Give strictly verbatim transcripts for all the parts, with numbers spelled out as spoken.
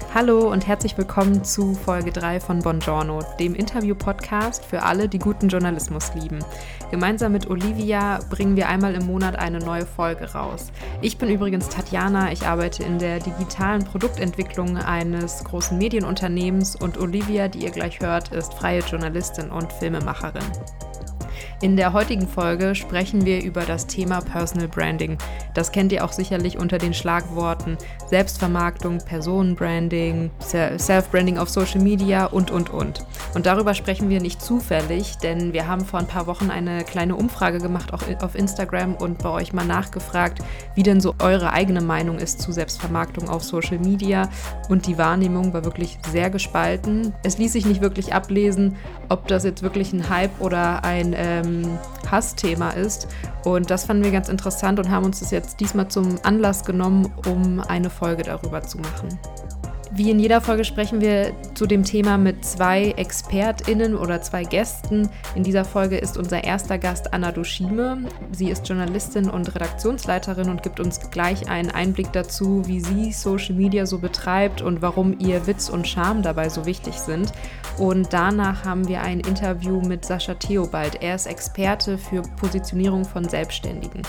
Hallo und herzlich willkommen zu Folge drei von Buongiorno, dem Interview-Podcast für alle, die guten Journalismus lieben. Gemeinsam mit Olivia bringen wir einmal im Monat eine neue Folge raus. Ich bin übrigens Tatjana, ich arbeite in der digitalen Produktentwicklung eines großen Medienunternehmens und Olivia, die ihr gleich hört, ist freie Journalistin und Filmemacherin. In der heutigen Folge sprechen wir über das Thema Personal Branding. Das kennt ihr auch sicherlich unter den Schlagworten Selbstvermarktung, Personenbranding, Self-Branding auf Social Media und, und, und. Und darüber sprechen wir nicht zufällig, denn wir haben vor ein paar Wochen eine kleine Umfrage gemacht, auch auf Instagram, und bei euch mal nachgefragt, wie denn so eure eigene Meinung ist zu Selbstvermarktung auf Social Media. Und die Wahrnehmung war wirklich sehr gespalten. Es ließ sich nicht wirklich ablesen, ob das jetzt wirklich ein Hype oder ein ähm, Hassthema ist, und das fanden wir ganz interessant und haben uns das jetzt diesmal zum Anlass genommen, um eine Folge darüber zu machen. Wie in jeder Folge sprechen wir zu dem Thema mit zwei ExpertInnen oder zwei Gästen. In dieser Folge ist unser erster Gast Anna Dushime. Sie ist Journalistin und Redaktionsleiterin und gibt uns gleich einen Einblick dazu, wie sie Social Media so betreibt und warum ihr Witz und Charme dabei so wichtig sind. Und danach haben wir ein Interview mit Sascha Theobald. Er ist Experte für Positionierung von Selbstständigen.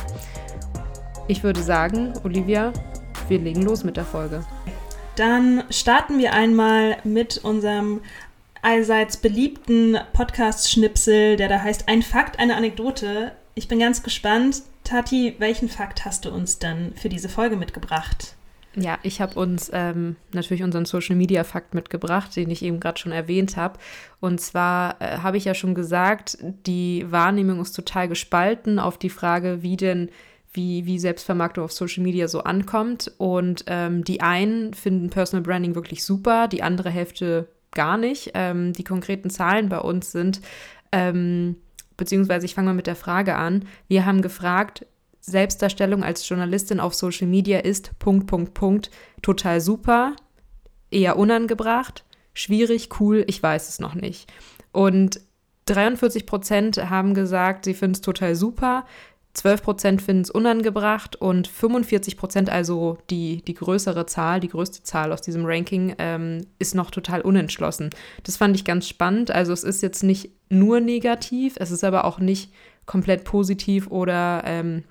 Ich würde sagen, Olivia, wir legen los mit der Folge. Dann starten wir einmal mit unserem allseits beliebten Podcast-Schnipsel, der da heißt Ein Fakt, eine Anekdote. Ich bin ganz gespannt. Tati, welchen Fakt hast du uns dann für diese Folge mitgebracht? Ja, ich habe uns ähm, natürlich unseren Social-Media-Fakt mitgebracht, den ich eben gerade schon erwähnt habe. Und zwar äh, habe ich ja schon gesagt, die Wahrnehmung ist total gespalten auf die Frage, wie denn wie, wie Selbstvermarktung auf Social Media so ankommt. Und ähm, die einen finden Personal Branding wirklich super, die andere Hälfte gar nicht. Ähm, die konkreten Zahlen bei uns sind, ähm, beziehungsweise ich fange mal mit der Frage an, wir haben gefragt, Selbstdarstellung als Journalistin auf Social Media ist Punkt, Punkt, Punkt, total super, eher unangebracht, schwierig, cool, ich weiß es noch nicht. Und dreiundvierzig Prozent haben gesagt, sie finden es total super, zwölf Prozent finden es unangebracht und fünfundvierzig Prozent, also die, die größere Zahl, die größte Zahl aus diesem Ranking, ähm, ist noch total unentschlossen. Das fand ich ganz spannend. Also es ist jetzt nicht nur negativ, es ist aber auch nicht komplett positiv oder ähm,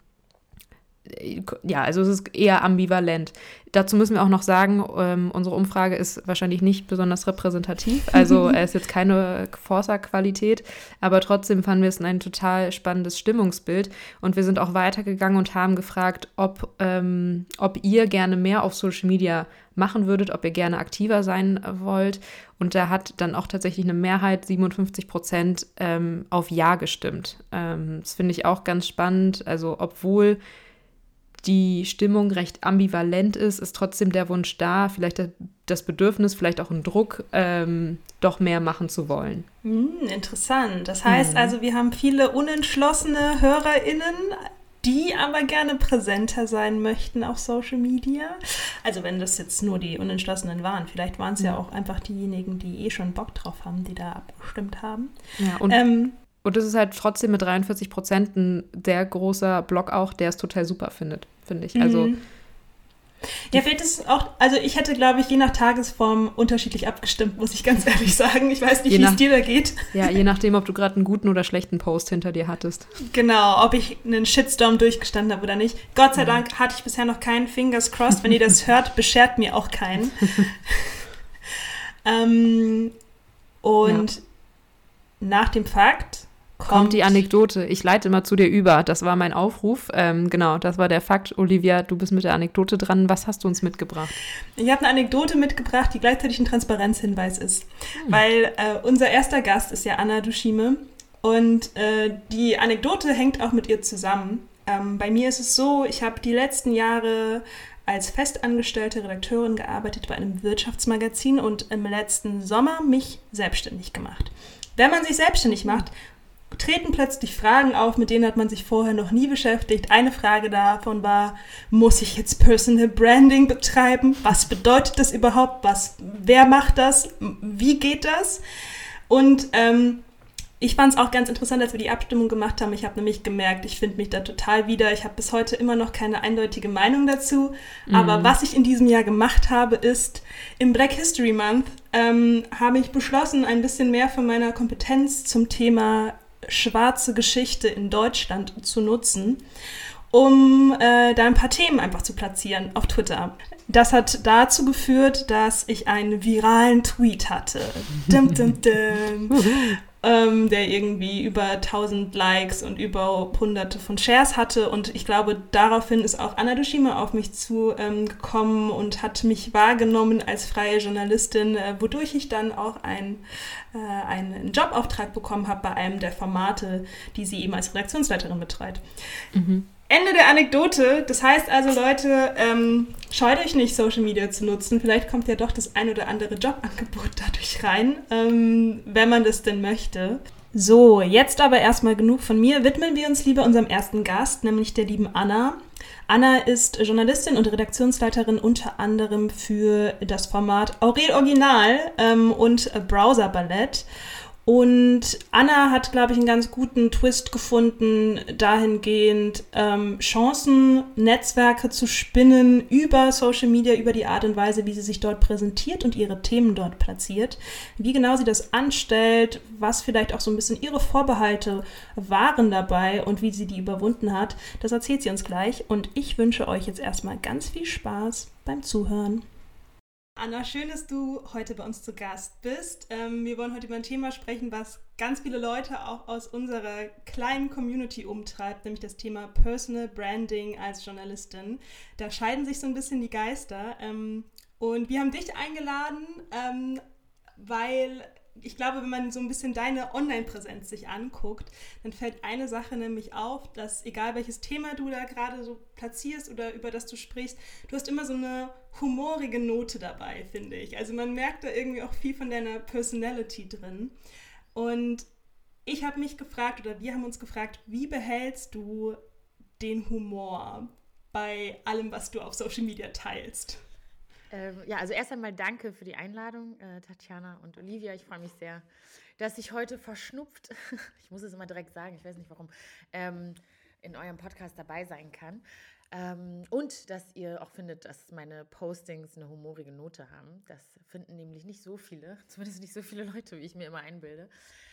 ja, also es ist eher ambivalent. Dazu müssen wir auch noch sagen, ähm, unsere Umfrage ist wahrscheinlich nicht besonders repräsentativ, also es ist jetzt keine Forsa-Qualität, aber trotzdem fanden wir es ein total spannendes Stimmungsbild und wir sind auch weitergegangen und haben gefragt, ob, ähm, ob ihr gerne mehr auf Social Media machen würdet, ob ihr gerne aktiver sein wollt, und da hat dann auch tatsächlich eine Mehrheit, siebenundfünfzig Prozent, ähm, auf Ja gestimmt. Ähm, das finde ich auch ganz spannend, also obwohl die Stimmung recht ambivalent ist, ist trotzdem der Wunsch da, vielleicht das Bedürfnis, vielleicht auch ein Druck, ähm, doch mehr machen zu wollen. Hm, interessant. Das heißt mhm. also, wir haben viele unentschlossene HörerInnen, die aber gerne präsenter sein möchten auf Social Media. Also wenn das jetzt nur die Unentschlossenen waren, vielleicht waren es ja auch einfach diejenigen, die eh schon Bock drauf haben, die da abgestimmt haben. Ja, und ähm, Und das ist halt trotzdem mit dreiundvierzig Prozent ein sehr großer Block auch, der es total super findet, finde ich. Also mhm. Ja, vielleicht ist es auch, also ich hätte, glaube ich, je nach Tagesform unterschiedlich abgestimmt, muss ich ganz ehrlich sagen. Ich weiß nicht, wie es dir da geht. Ja, je nachdem, ob du gerade einen guten oder schlechten Post hinter dir hattest. Genau, ob ich einen Shitstorm durchgestanden habe oder nicht. Gott sei ja. Dank hatte ich bisher noch keinen. Fingers crossed. Wenn ihr das hört, beschert mir auch keinen. ähm, und ja. nach dem Fakt kommt, kommt die Anekdote. Ich leite mal zu dir über. Das war mein Aufruf. Ähm, genau, das war der Fakt. Olivia, du bist mit der Anekdote dran. Was hast du uns mitgebracht? Ich habe eine Anekdote mitgebracht, die gleichzeitig ein Transparenzhinweis ist. Hm. Weil äh, unser erster Gast ist ja Anna Dushime. Und äh, die Anekdote hängt auch mit ihr zusammen. Ähm, bei mir ist es so, ich habe die letzten Jahre als festangestellte Redakteurin gearbeitet bei einem Wirtschaftsmagazin und im letzten Sommer mich selbstständig gemacht. Wenn man sich selbstständig macht, treten plötzlich Fragen auf, mit denen hat man sich vorher noch nie beschäftigt. Eine Frage davon war, muss ich jetzt Personal Branding betreiben? Was bedeutet das überhaupt? Was, wer macht das? Wie geht das? Und ähm, ich fand es auch ganz interessant, als wir die Abstimmung gemacht haben. Ich habe nämlich gemerkt, ich finde mich da total wieder. Ich habe bis heute immer noch keine eindeutige Meinung dazu. Mhm. Aber was ich in diesem Jahr gemacht habe, ist, im Black History Month ähm, habe ich beschlossen, ein bisschen mehr von meiner Kompetenz zum Thema schwarze Geschichte in Deutschland zu nutzen, um äh, da ein paar Themen einfach zu platzieren auf Twitter. Das hat dazu geführt, dass ich einen viralen Tweet hatte. Dum, dum, dum. ähm, der irgendwie über tausend Likes und über hunderte von Shares hatte. Und ich glaube, daraufhin ist auch Anna Dushime auf mich zugekommen ähm, und hat mich wahrgenommen als freie Journalistin, äh, wodurch ich dann auch ein, äh, einen Jobauftrag bekommen habe bei einem der Formate, die sie eben als Redaktionsleiterin betreut. Mhm. Ende der Anekdote. Das heißt also, Leute, ähm, scheut euch nicht, Social Media zu nutzen. Vielleicht kommt ja doch das ein oder andere Jobangebot dadurch rein, ähm, wenn man das denn möchte. So, jetzt aber erstmal genug von mir. Widmen wir uns lieber unserem ersten Gast, nämlich der lieben Anna. Anna ist Journalistin und Redaktionsleiterin unter anderem für das Format Aurel Original ähm, und Browser Ballett. Und Anna hat, glaube ich, einen ganz guten Twist gefunden, dahingehend ähm, Chancen, Netzwerke zu spinnen über Social Media, über die Art und Weise, wie sie sich dort präsentiert und ihre Themen dort platziert. Wie genau sie das anstellt, was vielleicht auch so ein bisschen ihre Vorbehalte waren dabei und wie sie die überwunden hat, das erzählt sie uns gleich. Und ich wünsche euch jetzt erstmal ganz viel Spaß beim Zuhören. Anna, schön, dass du heute bei uns zu Gast bist. Ähm, wir wollen heute über ein Thema sprechen, was ganz viele Leute auch aus unserer kleinen Community umtreibt, nämlich das Thema Personal Branding als Journalistin. Da scheiden sich so ein bisschen die Geister. Ähm, und wir haben dich eingeladen, ähm, weil ich glaube, wenn man so ein bisschen deine Online-Präsenz sich anguckt, dann fällt eine Sache nämlich auf, dass egal welches Thema du da gerade so platzierst oder über das du sprichst, du hast immer so eine humorige Note dabei, finde ich. Also man merkt da irgendwie auch viel von deiner Personality drin. Und ich habe mich gefragt, oder wir haben uns gefragt, wie behältst du den Humor bei allem, was du auf Social Media teilst? Ähm, ja, also erst einmal danke für die Einladung, äh, Tatjana und Olivia. Ich freue mich sehr, dass ich heute verschnupft, ich muss es immer direkt sagen, ich weiß nicht warum, ähm, in eurem Podcast dabei sein kann. Ähm, und dass ihr auch findet, dass meine Postings eine humorige Note haben. Das finden nämlich nicht so viele, zumindest nicht so viele Leute, wie ich mir immer einbilde.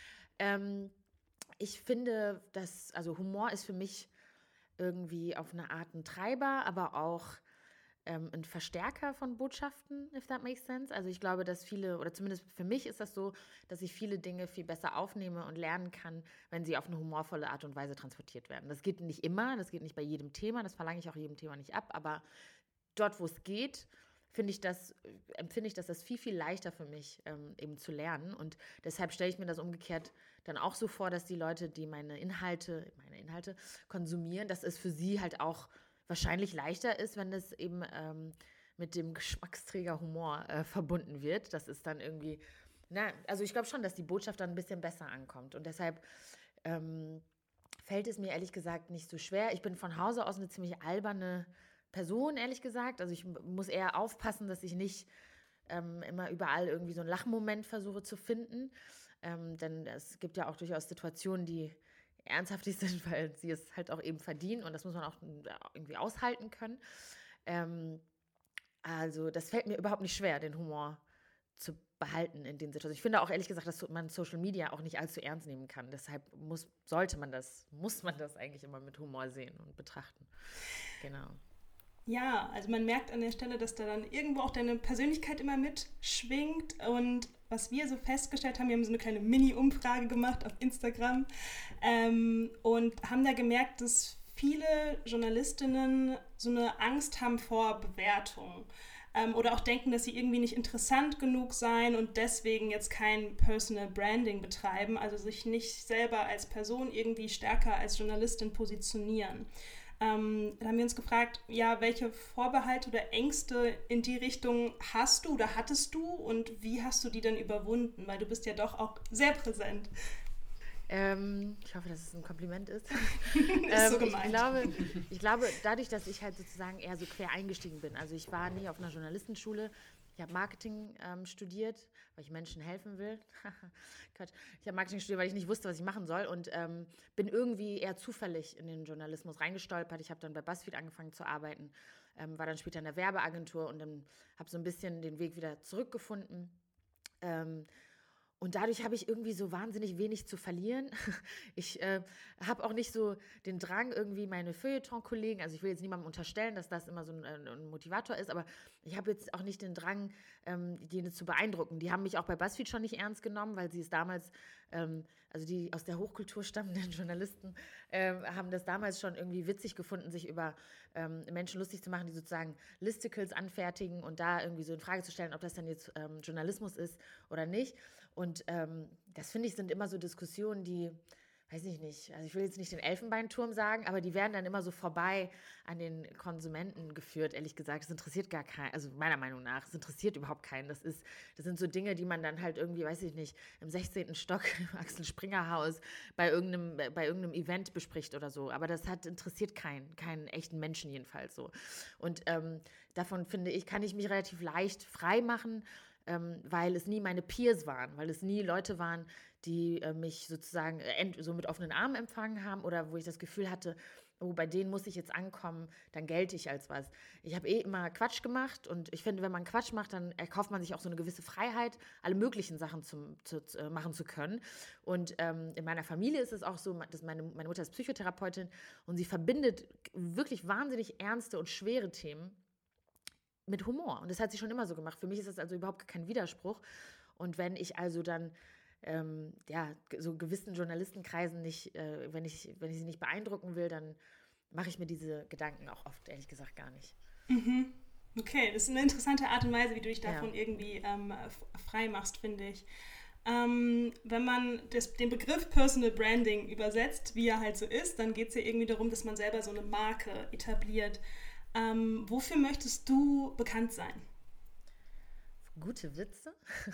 Ähm, ich finde, dass, also Humor ist für mich irgendwie auf eine Art ein Treiber, aber auch ähm, ein Verstärker von Botschaften, if that makes sense. Also ich glaube, dass viele, oder zumindest für mich ist das so, dass ich viele Dinge viel besser aufnehme und lernen kann, wenn sie auf eine humorvolle Art und Weise transportiert werden. Das geht nicht immer, das geht nicht bei jedem Thema, das verlange ich auch jedem Thema nicht ab, aber dort, wo es geht, finde ich das, empfinde ich, dass das viel, viel leichter für mich ähm, eben zu lernen. Und deshalb stelle ich mir das umgekehrt dann auch so vor, dass die Leute, die meine Inhalte, meine Inhalte konsumieren, dass es für sie halt auch wahrscheinlich leichter ist, wenn es eben ähm, mit dem Geschmacksträger Humor äh, verbunden wird. Das ist dann irgendwie, na, also ich glaube schon, dass die Botschaft dann ein bisschen besser ankommt. Und deshalb ähm, fällt es mir ehrlich gesagt nicht so schwer. Ich bin von Hause aus eine ziemlich alberne Person, ehrlich gesagt. Also ich muss eher aufpassen, dass ich nicht ähm, immer überall irgendwie so einen Lachmoment versuche zu finden. Ähm, denn es gibt ja auch durchaus Situationen, die ernsthaftig sind, weil sie es halt auch eben verdienen und das muss man auch irgendwie aushalten können. Ähm, also das fällt mir überhaupt nicht schwer, den Humor zu behalten in den Situationen. Ich finde auch ehrlich gesagt, dass man Social Media auch nicht allzu ernst nehmen kann. Deshalb muss, sollte man das, muss man das eigentlich immer mit Humor sehen und betrachten. Genau. Ja, also man merkt an der Stelle, dass da dann irgendwo auch deine Persönlichkeit immer mitschwingt und was wir so festgestellt haben, wir haben so eine kleine Mini-Umfrage gemacht auf Instagram ähm, und haben da gemerkt, dass viele Journalistinnen so eine Angst haben vor Bewertung ähm, oder auch denken, dass sie irgendwie nicht interessant genug seien und deswegen jetzt kein Personal Branding betreiben, also sich nicht selber als Person irgendwie stärker als Journalistin positionieren. Ähm, dann haben wir uns gefragt, ja, welche Vorbehalte oder Ängste in die Richtung hast du oder hattest du und wie hast du die denn überwunden? Weil du bist ja doch auch sehr präsent. Ähm, ich hoffe, dass es ein Kompliment ist. ist ähm, so gemeint. Ich glaube, ich glaube, dadurch, dass ich halt sozusagen eher so quer eingestiegen bin, also ich war nie auf einer Journalistenschule, Ich habe Marketing ähm, studiert, weil ich Menschen helfen will. Quatsch. Ich habe Marketing studiert, weil ich nicht wusste, was ich machen soll und ähm, bin irgendwie eher zufällig in den Journalismus reingestolpert. Ich habe dann bei BuzzFeed angefangen zu arbeiten, ähm, war dann später in der Werbeagentur und dann habe so ein bisschen den Weg wieder zurückgefunden. Ähm, Und dadurch habe ich irgendwie so wahnsinnig wenig zu verlieren. Ich äh, habe auch nicht so den Drang, irgendwie meine Feuilleton-Kollegen, also ich will jetzt niemandem unterstellen, dass das immer so ein, ein Motivator ist, aber ich habe jetzt auch nicht den Drang, ähm, die zu beeindrucken. Die haben mich auch bei BuzzFeed schon nicht ernst genommen, weil sie es damals, ähm, also die aus der Hochkultur stammenden Journalisten, ähm, haben das damals schon irgendwie witzig gefunden, sich über ähm, Menschen lustig zu machen, die sozusagen Listicles anfertigen und da irgendwie so in Frage zu stellen, ob das dann jetzt ähm, Journalismus ist oder nicht. Und Und ähm, das finde ich sind immer so Diskussionen, die, weiß ich nicht, also ich will jetzt nicht den Elfenbeinturm sagen, aber die werden dann immer so vorbei an den Konsumenten geführt, ehrlich gesagt. Das interessiert gar keinen, also meiner Meinung nach, das interessiert überhaupt keinen. Das ist, das sind so Dinge, die man dann halt irgendwie, weiß ich nicht, im sechzehnten Stock im Axel-Springer-Haus bei irgendeinem, bei irgendeinem Event bespricht oder so. Aber das hat, interessiert keinen, keinen echten Menschen jedenfalls so. Und ähm, davon, finde ich, kann ich mich relativ leicht frei machen, Ähm, weil es nie meine Peers waren, weil es nie Leute waren, die äh, mich sozusagen ent- so mit offenen Armen empfangen haben oder wo ich das Gefühl hatte, oh, bei denen muss ich jetzt ankommen, dann gelte ich als was. Ich habe eh immer Quatsch gemacht und ich finde, wenn man Quatsch macht, dann erkauft man sich auch so eine gewisse Freiheit, alle möglichen Sachen zum, zu, zu, äh, machen zu können. Und ähm, in meiner Familie ist es auch so, dass meine, meine Mutter ist Psychotherapeutin und sie verbindet wirklich wahnsinnig ernste und schwere Themen mit Humor. Und das hat sie schon immer so gemacht. Für mich ist das also überhaupt kein Widerspruch. Und wenn ich also dann ähm, ja, so gewissen Journalistenkreisen nicht, äh, wenn ich, wenn ich sie nicht beeindrucken will, dann mache ich mir diese Gedanken auch oft, ehrlich gesagt, gar nicht. Mhm. Okay, das ist eine interessante Art und Weise, wie du dich davon Ja. irgendwie ähm, frei machst, finde ich. Ähm, wenn man das, den Begriff Personal Branding übersetzt, wie er halt so ist, dann geht es ja irgendwie darum, dass man selber so eine Marke etabliert. Ähm, wofür möchtest du bekannt sein? Gute Witze?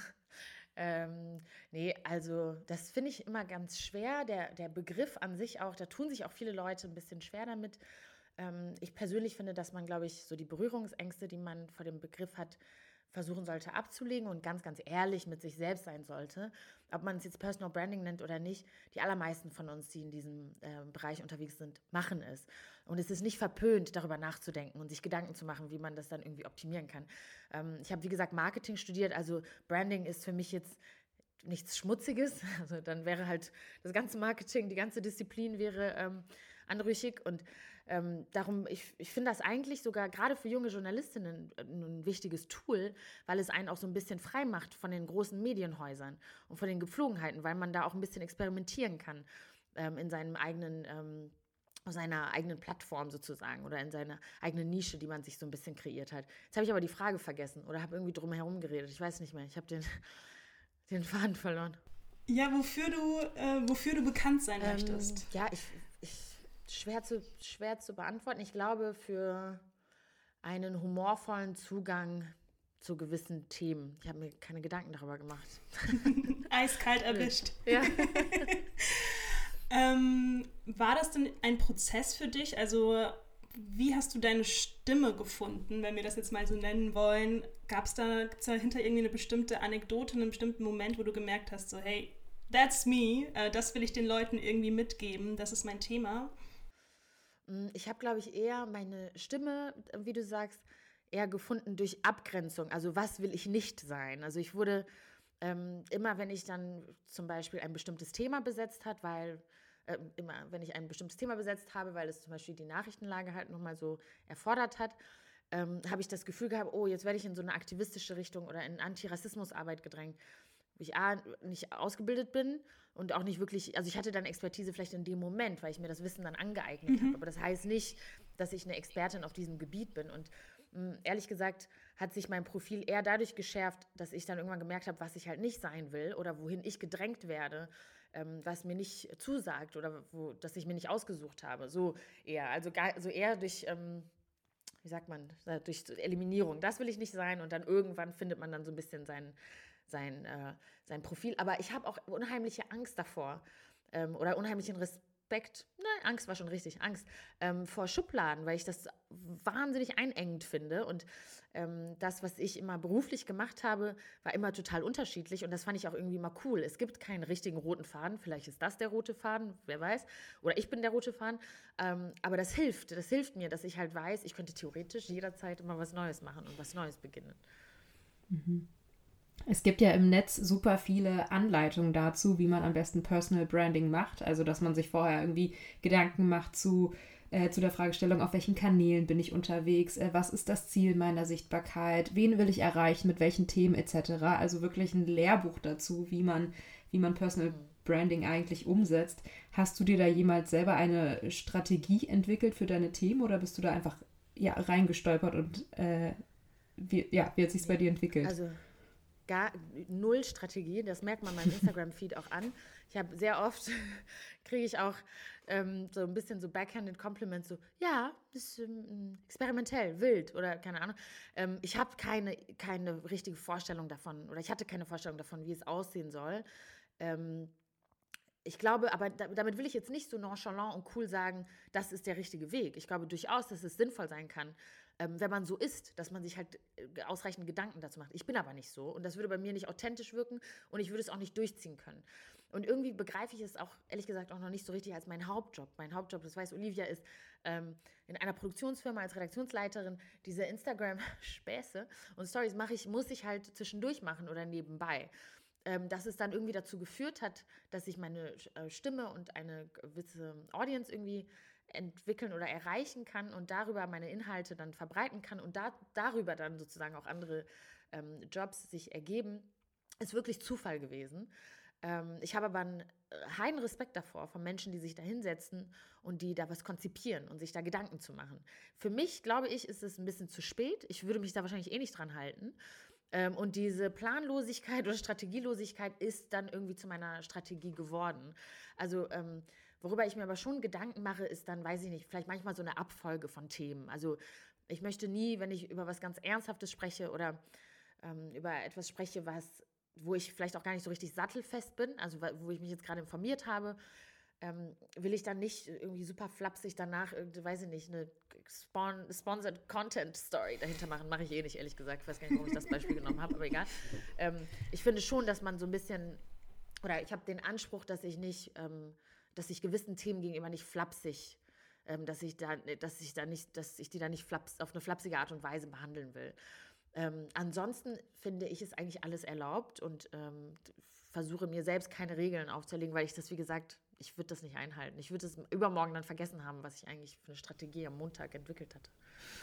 ähm, nee, also das finde ich immer ganz schwer. Der, der Begriff an sich auch, da tun sich auch viele Leute ein bisschen schwer damit. Ähm, ich persönlich finde, dass man, glaube ich, so die Berührungsängste, die man vor dem Begriff hat, versuchen sollte abzulegen und ganz, ganz ehrlich mit sich selbst sein sollte. Ob man es jetzt Personal Branding nennt oder nicht, die allermeisten von uns, die in diesem äh, Bereich unterwegs sind, machen es. Und es ist nicht verpönt, darüber nachzudenken und sich Gedanken zu machen, wie man das dann irgendwie optimieren kann. Ähm, ich habe, wie gesagt, Marketing studiert, also Branding ist für mich jetzt nichts Schmutziges. Also dann wäre halt das ganze Marketing, die ganze Disziplin wäre ähm, anrüchig. Und ähm, darum, ich, ich finde das eigentlich sogar gerade für junge Journalistinnen ein, ein wichtiges Tool, weil es einen auch so ein bisschen frei macht von den großen Medienhäusern und von den Gepflogenheiten, weil man da auch ein bisschen experimentieren kann ähm, in seinem eigenen ähm, auf seiner eigenen Plattform sozusagen oder in seiner eigenen Nische, die man sich so ein bisschen kreiert hat. Jetzt habe ich aber die Frage vergessen oder habe irgendwie drum herum geredet. Ich weiß nicht mehr. Ich habe den, den Faden verloren. Ja, wofür du, äh, wofür du bekannt sein Ähm, möchtest. ja, ich, ich schwer zu, schwer zu beantworten. Ich glaube, für einen humorvollen Zugang zu gewissen Themen. Ich habe mir keine Gedanken darüber gemacht. Eiskalt erwischt. Ja. ähm, war das denn ein Prozess für dich? Also wie hast du deine Stimme gefunden, wenn wir das jetzt mal so nennen wollen? Gab es da, gibt's dahinter irgendwie eine bestimmte Anekdote, einen bestimmten Moment, wo du gemerkt hast, so hey, that's me, äh, das will ich den Leuten irgendwie mitgeben, das ist mein Thema? Ich habe, glaube ich, eher meine Stimme, wie du sagst, eher gefunden durch Abgrenzung. Also was will ich nicht sein? Also ich wurde ähm, immer, wenn ich dann zum Beispiel ein bestimmtes Thema besetzt hat, weil äh, immer, wenn ich ein bestimmtes Thema besetzt habe, weil es zum Beispiel die Nachrichtenlage halt nochmal so erfordert hat, ähm, habe ich das Gefühl gehabt, oh, jetzt werde ich in so eine aktivistische Richtung oder in Antirassismusarbeit gedrängt, wo ich A, nicht ausgebildet bin und auch nicht wirklich, also ich hatte dann Expertise vielleicht in dem Moment, weil ich mir das Wissen dann angeeignet Mhm. habe, aber das heißt nicht, dass ich eine Expertin auf diesem Gebiet bin und mh, ehrlich gesagt hat sich mein Profil eher dadurch geschärft, dass ich dann irgendwann gemerkt habe, was ich halt nicht sein will oder wohin ich gedrängt werde, ähm, was mir nicht zusagt oder wo, das ich mir nicht ausgesucht habe, so eher, also, gar, also eher durch, ähm, wie sagt man, durch Eliminierung, das will ich nicht sein und dann irgendwann findet man dann so ein bisschen seinen sein, äh, sein Profil. Aber ich habe auch unheimliche Angst davor ähm, oder unheimlichen Respekt Respekt, ne, Angst war schon richtig, Angst ähm, vor Schubladen, weil ich das wahnsinnig einengend finde und ähm, das, was ich immer beruflich gemacht habe, war immer total unterschiedlich und das fand ich auch irgendwie immer cool. Es gibt keinen richtigen roten Faden, vielleicht ist das der rote Faden, wer weiß, oder ich bin der rote Faden, ähm, aber das hilft, das hilft mir, dass ich halt weiß, ich könnte theoretisch jederzeit immer was Neues machen und was Neues beginnen. Mhm. Es gibt ja im Netz super viele Anleitungen dazu, wie man am besten Personal Branding macht. Also, dass man sich vorher irgendwie Gedanken macht zu, äh, zu der Fragestellung, auf welchen Kanälen bin ich unterwegs, äh, was ist das Ziel meiner Sichtbarkeit, wen will ich erreichen, mit welchen Themen et cetera. Also wirklich ein Lehrbuch dazu, wie man, wie man Personal Branding eigentlich umsetzt. Hast du dir da jemals selber eine Strategie entwickelt für deine Themen oder bist du da einfach ja, reingestolpert und äh, wie, ja, wie hat sich es bei dir entwickelt? Also gar null Strategie, das merkt man meinem Instagram-Feed auch an. Ich habe sehr oft, kriege ich auch ähm, so ein bisschen so backhanded Compliments, so, ja, das ist ähm, experimentell, wild oder keine Ahnung. Ähm, ich habe keine, keine richtige Vorstellung davon oder ich hatte keine Vorstellung davon, wie es aussehen soll. Ähm, Ich glaube, aber damit will ich jetzt nicht so nonchalant und cool sagen, das ist der richtige Weg. Ich glaube durchaus, dass es sinnvoll sein kann, ähm, wenn man so ist, dass man sich halt ausreichend Gedanken dazu macht. Ich bin aber nicht so und das würde bei mir nicht authentisch wirken und ich würde es auch nicht durchziehen können. Und irgendwie begreife ich es auch, ehrlich gesagt, auch noch nicht so richtig als mein Hauptjob. Mein Hauptjob, das weiß Olivia, ist ähm, in einer Produktionsfirma als Redaktionsleiterin diese Instagram-Späße und Stories mache ich, muss ich halt zwischendurch machen oder nebenbei. Ähm, dass es dann irgendwie dazu geführt hat, dass ich meine äh, Stimme und eine gewisse Audience irgendwie entwickeln oder erreichen kann und darüber meine Inhalte dann verbreiten kann und da, darüber dann sozusagen auch andere ähm, Jobs sich ergeben, ist wirklich Zufall gewesen. Ähm, ich habe aber einen heiden Respekt davor von Menschen, die sich da hinsetzen und die da was konzipieren und sich da Gedanken zu machen. Für mich, glaube ich, ist es ein bisschen zu spät. Ich würde mich da wahrscheinlich eh nicht dran halten. Ähm, und diese Planlosigkeit oder Strategielosigkeit ist dann irgendwie zu meiner Strategie geworden. Also ähm, worüber ich mir aber schon Gedanken mache, ist dann, weiß ich nicht, vielleicht manchmal so eine Abfolge von Themen. Also ich möchte nie, wenn ich über was ganz Ernsthaftes spreche oder ähm, über etwas spreche, was, wo ich vielleicht auch gar nicht so richtig sattelfest bin, also wo ich mich jetzt gerade informiert habe, Ähm, will ich dann nicht irgendwie super flapsig danach, weiß ich nicht, eine Spon- Sponsored Content Story dahinter machen. Mache ich eh nicht, ehrlich gesagt. Ich weiß gar nicht, warum ich das Beispiel genommen habe, aber egal. Ähm, ich finde schon, dass man so ein bisschen, oder ich habe den Anspruch, dass ich nicht, ähm, dass ich gewissen Themen gegenüber nicht flapsig, ähm, dass ich da, dass ich da nicht, dass ich die da nicht flaps, auf eine flapsige Art und Weise behandeln will. Ähm, ansonsten finde ich es eigentlich alles erlaubt und ähm, versuche mir selbst keine Regeln aufzuerlegen, weil ich das, wie gesagt, ich würde das nicht einhalten. Ich würde es übermorgen dann vergessen haben, was ich eigentlich für eine Strategie am Montag entwickelt hatte.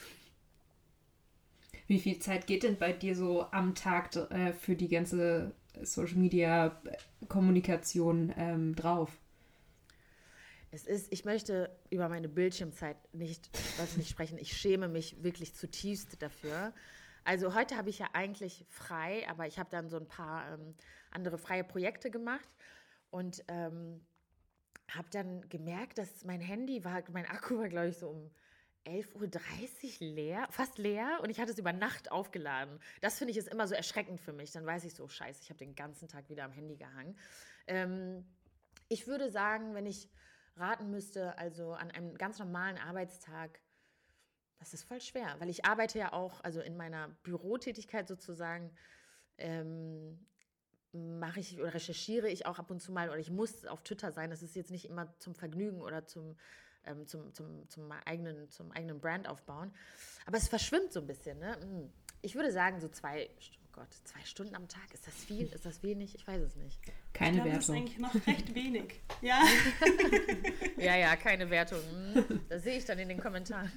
Wie viel Zeit geht denn bei dir so am Tag äh, für die ganze Social-Media-Kommunikation ähm, drauf? Es ist, ich möchte über meine Bildschirmzeit nicht, was nicht sprechen. Ich schäme mich wirklich zutiefst dafür. Also heute habe ich ja eigentlich frei, aber ich habe dann so ein paar ähm, andere freie Projekte gemacht und ähm, habe dann gemerkt, dass mein Handy war, mein Akku war, glaube ich, so um elf Uhr dreißig leer, fast leer und ich hatte es über Nacht aufgeladen. Das finde ich ist immer so erschreckend für mich. Dann weiß ich so, scheiße, ich habe den ganzen Tag wieder am Handy gehangen. Ähm, ich würde sagen, wenn ich raten müsste, also an einem ganz normalen Arbeitstag, das ist voll schwer, weil ich arbeite ja auch, also in meiner Bürotätigkeit sozusagen, ähm, mache ich oder recherchiere ich auch ab und zu mal oder ich muss auf Twitter sein. Das ist jetzt nicht immer zum Vergnügen oder zum, ähm, zum, zum, zum, eigenen, zum eigenen Brand aufbauen. Aber es verschwimmt so ein bisschen. Ne? Ich würde sagen, so zwei, oh Gott, zwei Stunden am Tag. Ist das viel? Ist das wenig? Ich weiß es nicht. Keine ich glaube, Wertung. Das ist eigentlich noch recht wenig. Ja, ja, ja, keine Wertung. Das sehe ich dann in den Kommentaren.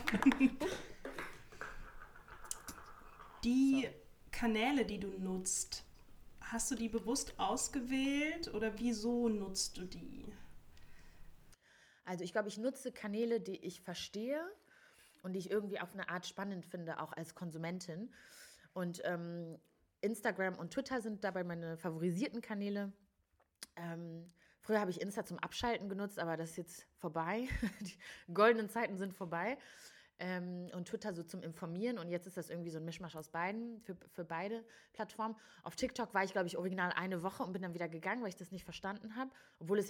Die so. Kanäle, die du nutzt, hast du die bewusst ausgewählt oder wieso nutzt du die? Also ich glaube, ich nutze Kanäle, die ich verstehe und die ich irgendwie auf eine Art spannend finde, auch als Konsumentin. Und ähm, Instagram und Twitter sind dabei meine favorisierten Kanäle. Ähm, früher habe ich Insta zum Abschalten genutzt, aber das ist jetzt vorbei. Die goldenen Zeiten sind vorbei. Ähm, und Twitter so zum Informieren und jetzt ist das irgendwie so ein Mischmasch aus beiden, für, für beide Plattformen. Auf TikTok war ich, glaube ich, original eine Woche und bin dann wieder gegangen, weil ich das nicht verstanden habe, obwohl es ja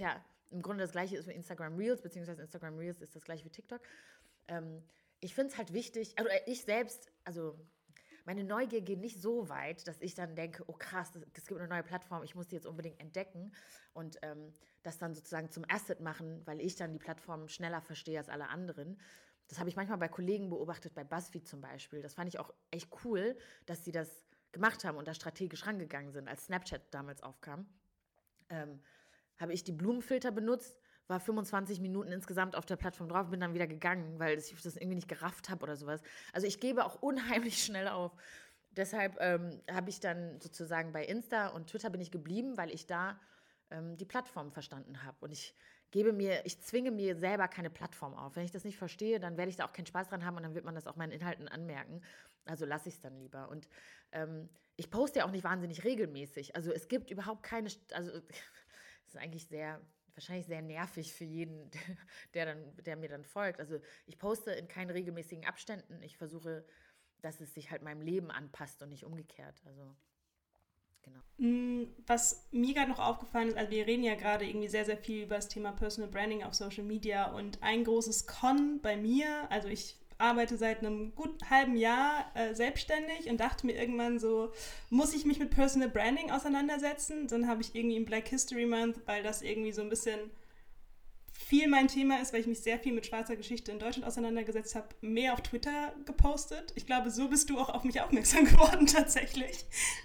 im Grunde das Gleiche ist wie Instagram Reels, beziehungsweise Instagram Reels ist das Gleiche wie TikTok. Ähm, ich finde es halt wichtig, also ich selbst, also meine Neugier geht nicht so weit, dass ich dann denke, oh krass, es gibt eine neue Plattform, ich muss die jetzt unbedingt entdecken und ähm, das dann sozusagen zum Asset machen, weil ich dann die Plattform schneller verstehe als alle anderen. Das habe ich manchmal bei Kollegen beobachtet, bei BuzzFeed zum Beispiel. Das fand ich auch echt cool, dass sie das gemacht haben und da strategisch rangegangen sind, als Snapchat damals aufkam. Ähm, habe ich die Blumenfilter benutzt, war fünfundzwanzig Minuten insgesamt auf der Plattform drauf, bin dann wieder gegangen, weil ich das irgendwie nicht gerafft habe oder sowas. Also ich gebe auch unheimlich schnell auf. Deshalb ähm, habe ich dann sozusagen bei Insta und Twitter bin ich geblieben, weil ich da ähm, die Plattform verstanden habe. Und ich gebe mir, ich zwinge mir selber keine Plattform auf. Wenn ich das nicht verstehe, dann werde ich da auch keinen Spaß dran haben und dann wird man das auch meinen Inhalten anmerken. Also lasse ich es dann lieber. Und ähm, ich poste ja auch nicht wahnsinnig regelmäßig. Also es gibt überhaupt keine, also es ist eigentlich sehr... wahrscheinlich sehr nervig für jeden, der, dann, der mir dann folgt. Also ich poste in keinen regelmäßigen Abständen. Ich versuche, dass es sich halt meinem Leben anpasst und nicht umgekehrt. Also genau. Was mir gerade noch aufgefallen ist, also wir reden ja gerade irgendwie sehr, sehr viel über das Thema Personal Branding auf Social Media und ein großes Con bei mir, also ich arbeite seit einem guten halben Jahr äh, selbstständig und dachte mir irgendwann so, muss ich mich mit Personal Branding auseinandersetzen? Dann habe ich irgendwie im Black History Month, weil das irgendwie so ein bisschen viel mein Thema ist, weil ich mich sehr viel mit schwarzer Geschichte in Deutschland auseinandergesetzt habe, mehr auf Twitter gepostet. Ich glaube, so bist du auch auf mich aufmerksam geworden tatsächlich.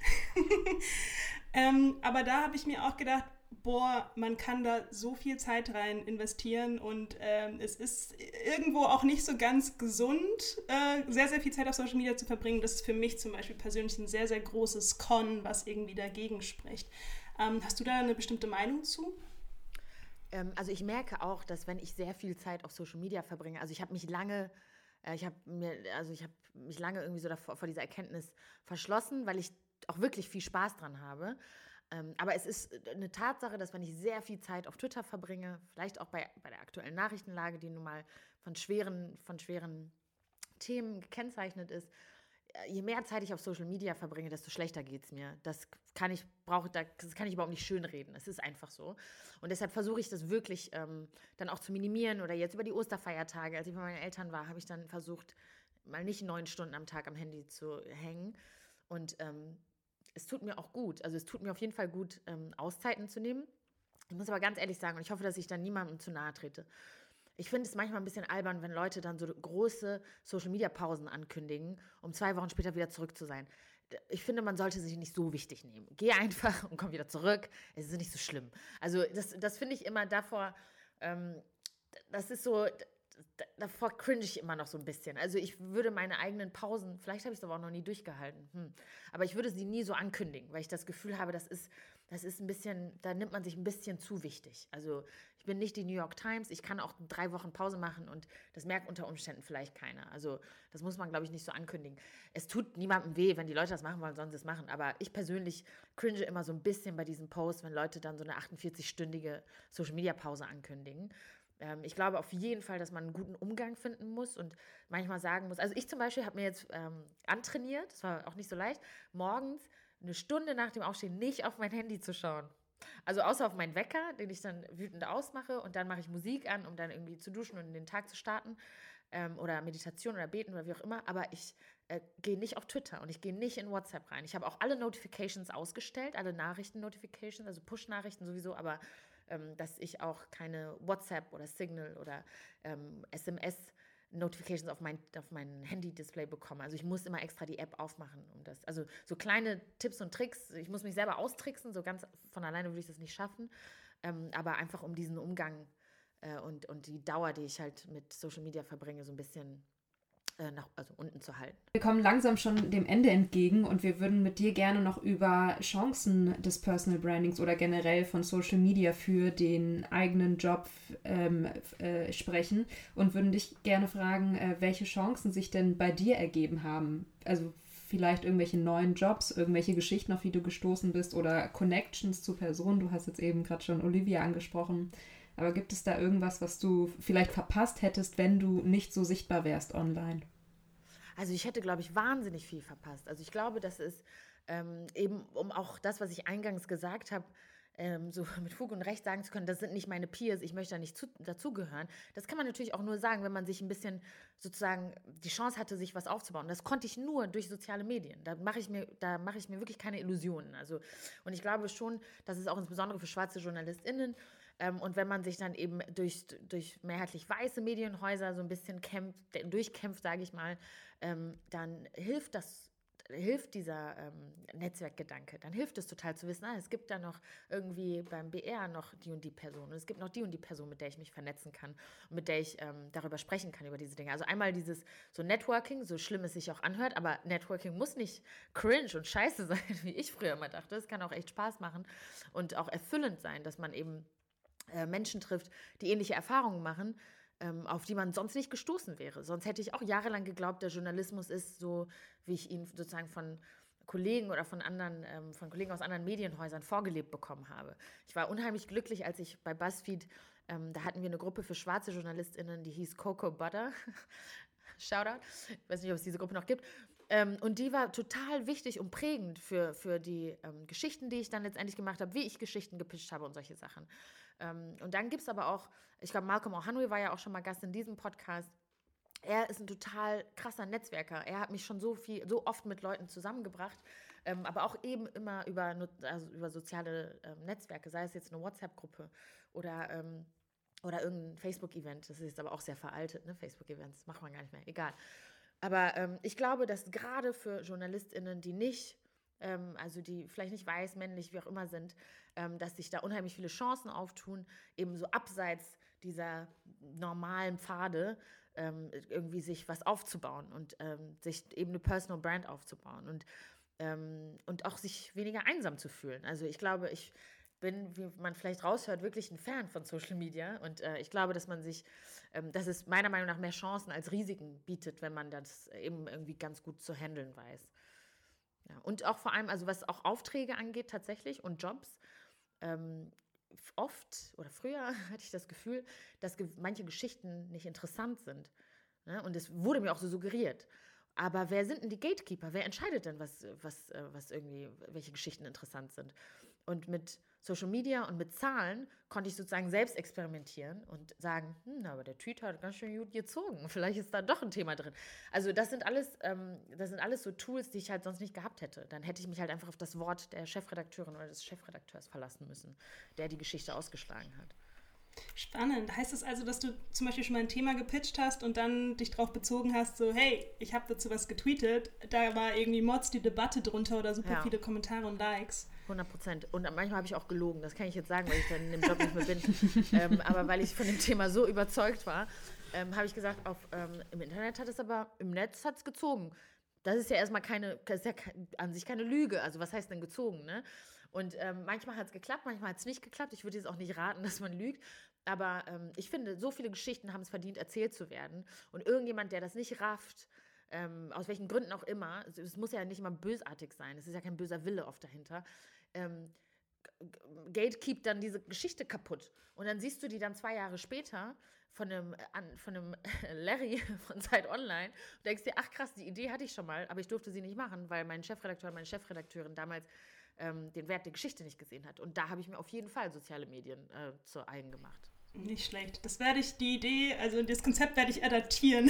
ähm, aber da habe ich mir auch gedacht, boah, man kann da so viel Zeit rein investieren und ähm, es ist irgendwo auch nicht so ganz gesund, äh, sehr, sehr viel Zeit auf Social Media zu verbringen. Das ist für mich zum Beispiel persönlich ein sehr, sehr großes Con, was irgendwie dagegen spricht. Ähm, hast du da eine bestimmte Meinung zu? Ähm, also ich merke auch, dass wenn ich sehr viel Zeit auf Social Media verbringe, also ich habe mich lange, äh, ich habe mir, also ich habe mich lange irgendwie so davor, vor dieser Erkenntnis verschlossen, weil ich auch wirklich viel Spaß dran habe. Ähm, aber es ist eine Tatsache, dass wenn ich sehr viel Zeit auf Twitter verbringe, vielleicht auch bei, bei der aktuellen Nachrichtenlage, die nun mal von schweren, von schweren Themen gekennzeichnet ist, je mehr Zeit ich auf Social Media verbringe, desto schlechter geht es mir. Das kann ich, brauche, das kann ich überhaupt nicht schönreden. Es ist einfach so. Und deshalb versuche ich das wirklich ähm, dann auch zu minimieren. Oder jetzt über die Osterfeiertage, als ich bei meinen Eltern war, habe ich dann versucht, mal nicht neun Stunden am Tag am Handy zu hängen. Und ähm, es tut mir auch gut. Also es tut mir auf jeden Fall gut, ähm, Auszeiten zu nehmen. Ich muss aber ganz ehrlich sagen, und ich hoffe, dass ich dann niemandem zu nahe trete, ich finde es manchmal ein bisschen albern, wenn Leute dann so große Social-Media-Pausen ankündigen, um zwei Wochen später wieder zurück zu sein. Ich finde, man sollte sich nicht so wichtig nehmen. Geh einfach und komm wieder zurück. Es ist nicht so schlimm. Also das, das finde ich immer davor, ähm, das ist so... davor cringe ich immer noch so ein bisschen. Also ich würde meine eigenen Pausen, vielleicht habe ich es aber auch noch nie durchgehalten, hm. aber ich würde sie nie so ankündigen, weil ich das Gefühl habe, das ist, das ist ein bisschen, da nimmt man sich ein bisschen zu wichtig. Also ich bin nicht die New York Times, ich kann auch drei Wochen Pause machen und das merkt unter Umständen vielleicht keiner. Also das muss man, glaube ich, nicht so ankündigen. Es tut niemandem weh, wenn die Leute das machen wollen, sollen sie es machen, aber ich persönlich cringe immer so ein bisschen bei diesen Posts, wenn Leute dann so eine achtundvierzig-stündige Social-Media-Pause ankündigen. Ich glaube auf jeden Fall, dass man einen guten Umgang finden muss und manchmal sagen muss, also ich zum Beispiel habe mir jetzt ähm, antrainiert, das war auch nicht so leicht, morgens eine Stunde nach dem Aufstehen nicht auf mein Handy zu schauen. Also außer auf meinen Wecker, den ich dann wütend ausmache und dann mache ich Musik an, um dann irgendwie zu duschen und in den Tag zu starten ähm, oder Meditation oder Beten oder wie auch immer, aber ich äh, gehe nicht auf Twitter und ich gehe nicht in WhatsApp rein. Ich habe auch alle Notifications ausgestellt, alle Nachrichten-Notifications, also Push-Nachrichten sowieso, aber ähm, dass ich auch keine WhatsApp oder Signal oder ähm, S M S-Notifications auf mein, auf mein Handy-Display bekomme. Also ich muss immer extra die App aufmachen, um das. Also so kleine Tipps und Tricks. Ich muss mich selber austricksen, so ganz von alleine würde ich das nicht schaffen. Ähm, aber einfach um diesen Umgang äh, und, und die Dauer, die ich halt mit Social Media verbringe, so ein bisschen Nach, also unten zu halten. Wir kommen langsam schon dem Ende entgegen und wir würden mit dir gerne noch über Chancen des Personal Brandings oder generell von Social Media für den eigenen Job ähm, äh, sprechen und würden dich gerne fragen, äh, welche Chancen sich denn bei dir ergeben haben. Also vielleicht irgendwelche neuen Jobs, irgendwelche Geschichten, auf die du gestoßen bist oder Connections zu Personen. Du hast jetzt eben gerade schon Olivia angesprochen. Aber gibt es da irgendwas, was du vielleicht verpasst hättest, wenn du nicht so sichtbar wärst online? Also ich hätte, glaube ich, wahnsinnig viel verpasst. Also ich glaube, dass es ähm, eben um auch das, was ich eingangs gesagt habe, ähm, so mit Fug und Recht sagen zu können, das sind nicht meine Peers, ich möchte da nicht zu, dazugehören. Das kann man natürlich auch nur sagen, wenn man sich ein bisschen sozusagen die Chance hatte, sich was aufzubauen. Das konnte ich nur durch soziale Medien. Da mache ich mir, da mache ich mir wirklich keine Illusionen. Also, und ich glaube schon, dass es auch insbesondere für schwarze JournalistInnen ähm, und wenn man sich dann eben durch, durch mehrheitlich weiße Medienhäuser so ein bisschen kämpft, durchkämpft, sage ich mal, ähm, dann hilft das hilft dieser ähm, Netzwerkgedanke, dann hilft es total zu wissen, ah, es gibt da noch irgendwie beim B R noch die und die Person und es gibt noch die und die Person, mit der ich mich vernetzen kann und mit der ich ähm, darüber sprechen kann, über diese Dinge. Also einmal dieses so Networking, so schlimm es sich auch anhört, aber Networking muss nicht cringe und scheiße sein, wie ich früher immer dachte. Es kann auch echt Spaß machen und auch erfüllend sein, dass man eben äh, Menschen trifft, die ähnliche Erfahrungen machen, auf die man sonst nicht gestoßen wäre. Sonst hätte ich auch jahrelang geglaubt, der Journalismus ist so, wie ich ihn sozusagen von Kollegen oder von anderen, ähm, von Kollegen aus anderen Medienhäusern vorgelebt bekommen habe. Ich war unheimlich glücklich, als ich bei BuzzFeed, ähm, da hatten wir eine Gruppe für schwarze JournalistInnen, die hieß Cocoa Butter. Shoutout. Ich weiß nicht, ob es diese Gruppe noch gibt. Ähm, und die war total wichtig und prägend für, für die ähm, Geschichten, die ich dann letztendlich gemacht habe, wie ich Geschichten gepitcht habe und solche Sachen. Ähm, und dann gibt es aber auch, ich glaube, Malcolm Ohanwe war ja auch schon mal Gast in diesem Podcast. Er ist ein total krasser Netzwerker. Er hat mich schon so viel, so oft mit Leuten zusammengebracht, ähm, aber auch eben immer über, also über soziale ähm, Netzwerke, sei es jetzt eine WhatsApp-Gruppe oder, ähm, oder irgendein Facebook-Event. Das ist jetzt aber auch sehr veraltet, ne? Facebook-Events, macht man gar nicht mehr, egal. Aber ähm, ich glaube, dass gerade für JournalistInnen, die nicht, ähm, also die vielleicht nicht weiß, männlich, wie auch immer sind, ähm, dass sich da unheimlich viele Chancen auftun, eben so abseits dieser normalen Pfade ähm, irgendwie sich was aufzubauen und ähm, sich eben eine Personal Brand aufzubauen und, ähm, und auch sich weniger einsam zu fühlen. Also ich glaube, ich bin, wie man vielleicht raushört, wirklich ein Fan von Social Media und äh, ich glaube, dass man sich, ähm, dass es meiner Meinung nach mehr Chancen als Risiken bietet, wenn man das eben irgendwie ganz gut zu handeln weiß. Ja, und auch vor allem, also was auch Aufträge angeht tatsächlich und Jobs, ähm, oft oder früher hatte ich das Gefühl, dass ge- manche Geschichten nicht interessant sind. Ne? Und es wurde mir auch so suggeriert. Aber wer sind denn die Gatekeeper? Wer entscheidet denn, was, was, was irgendwie, welche Geschichten interessant sind? Und mit Social Media und mit Zahlen konnte ich sozusagen selbst experimentieren und sagen, hm, aber der Tweet hat ganz schön gut gezogen. Vielleicht ist da doch ein Thema drin. Also das sind alles, ähm, das sind alles so Tools, die ich halt sonst nicht gehabt hätte. Dann hätte ich mich halt einfach auf das Wort der Chefredakteurin oder des Chefredakteurs verlassen müssen, der die Geschichte ausgeschlagen hat. Spannend. Heißt das also, dass du zum Beispiel schon mal ein Thema gepitcht hast und dann dich darauf bezogen hast, so hey, ich habe dazu was getweetet, da war irgendwie Mods die Debatte drunter oder super ja. viele Kommentare und Likes. hundert Prozent. Und manchmal habe ich auch gelogen, das kann ich jetzt sagen, weil ich dann in dem Job nicht mehr bin. ähm, aber weil ich von dem Thema so überzeugt war, ähm, habe ich gesagt, auf, ähm, im Internet hat es aber, im Netz hat es gezogen. Das ist ja erstmal keine, das ist ja an sich keine Lüge. Also was heißt denn gezogen, ne? Und ähm, manchmal hat es geklappt, manchmal hat es nicht geklappt. Ich würde jetzt auch nicht raten, dass man lügt. Aber ähm, ich finde, so viele Geschichten haben es verdient, erzählt zu werden. Und irgendjemand, der das nicht rafft, ähm, aus welchen Gründen auch immer, es, es muss ja nicht immer bösartig sein, es ist ja kein böser Wille oft dahinter, ähm, gatekeept dann diese Geschichte kaputt. Und dann siehst du die dann zwei Jahre später von einem, an, von einem Larry von Zeit Online und denkst dir, ach krass, die Idee hatte ich schon mal, aber ich durfte sie nicht machen, weil mein Chefredakteur, meine Chefredakteurin damals ähm, den Wert der Geschichte nicht gesehen hat. Und da habe ich mir auf jeden Fall soziale Medien äh, zu eigen gemacht. Nicht schlecht. Das werde ich, die Idee, also das Konzept werde ich adaptieren.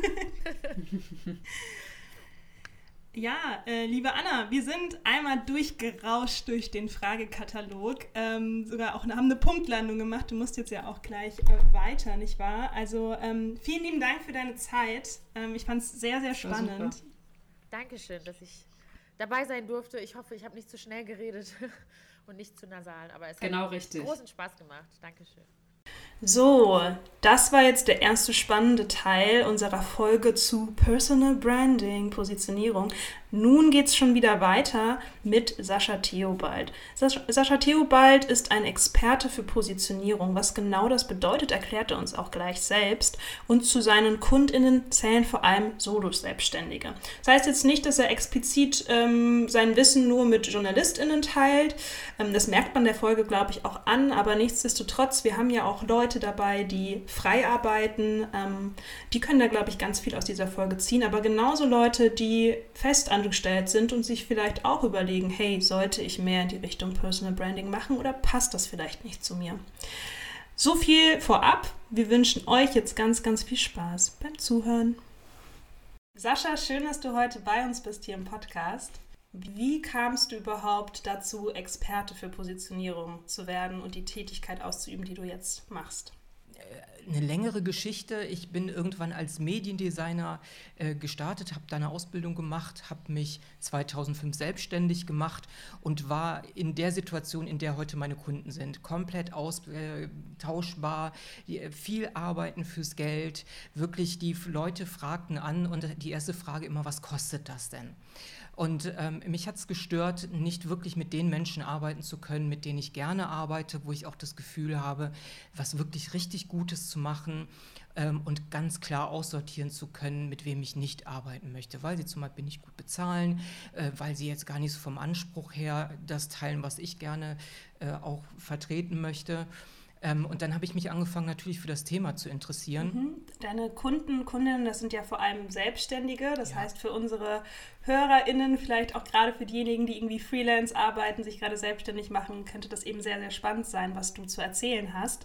Ja, äh, liebe Anna, wir sind einmal durchgerauscht durch den Fragekatalog, ähm, sogar auch haben eine Punktlandung gemacht. Du musst jetzt ja auch gleich äh, weiter, nicht wahr? Also ähm, vielen lieben Dank für deine Zeit. Ähm, ich fand es sehr, sehr spannend. Dankeschön, dass ich dabei sein durfte. Ich hoffe, ich habe nicht zu schnell geredet und nicht zu nasal, aber es genau hat richtig. großen Spaß gemacht. Dankeschön. So, das war jetzt der erste spannende Teil unserer Folge zu Personal Branding, Positionierung. Nun geht es schon wieder weiter mit Sascha Theobald. Sas- Sascha Theobald ist ein Experte für Positionierung. Was genau das bedeutet, erklärt er uns auch gleich selbst. Und zu seinen KundInnen zählen vor allem Solo-Selbstständige. Das heißt jetzt nicht, dass er explizit ähm, sein Wissen nur mit JournalistInnen teilt. Ähm, das merkt man der Folge, glaube ich, auch an. Aber nichtsdestotrotz, wir haben ja auch Leute dabei, die frei arbeiten. Ähm, die können da, glaube ich, ganz viel aus dieser Folge ziehen. Aber genauso Leute, die fest an angestellt sind und sich vielleicht auch überlegen, hey, sollte ich mehr in die Richtung Personal Branding machen oder passt das vielleicht nicht zu mir? So viel vorab. Wir wünschen euch jetzt ganz, ganz viel Spaß beim Zuhören. Sascha, schön, dass du heute bei uns bist hier im Podcast. Wie kamst du überhaupt dazu, Experte für Positionierung zu werden und die Tätigkeit auszuüben, die du jetzt machst? Eine längere Geschichte. Ich bin irgendwann als Mediendesigner äh, gestartet, habe da eine Ausbildung gemacht, habe mich zweitausendfünf selbstständig gemacht und war in der Situation, in der heute meine Kunden sind. Komplett austauschbar, äh, viel arbeiten fürs Geld. Wirklich, die Leute fragten an und die erste Frage immer, was kostet das denn? Und ähm, mich hat es gestört, nicht wirklich mit den Menschen arbeiten zu können, mit denen ich gerne arbeite, wo ich auch das Gefühl habe, was wirklich richtig Gutes zu machen ähm, und ganz klar aussortieren zu können, mit wem ich nicht arbeiten möchte, weil sie zum Beispiel nicht gut bezahlen, äh, weil sie jetzt gar nicht so vom Anspruch her das teilen, was ich gerne äh, auch vertreten möchte. Ähm, und dann habe ich mich angefangen, natürlich für das Thema zu interessieren. Mhm. Deine Kunden, Kundinnen, das sind ja vor allem Selbstständige. Das Ja. heißt, für unsere HörerInnen, vielleicht auch gerade für diejenigen, die irgendwie Freelance arbeiten, sich gerade selbstständig machen, könnte das eben sehr, sehr spannend sein, was du zu erzählen hast.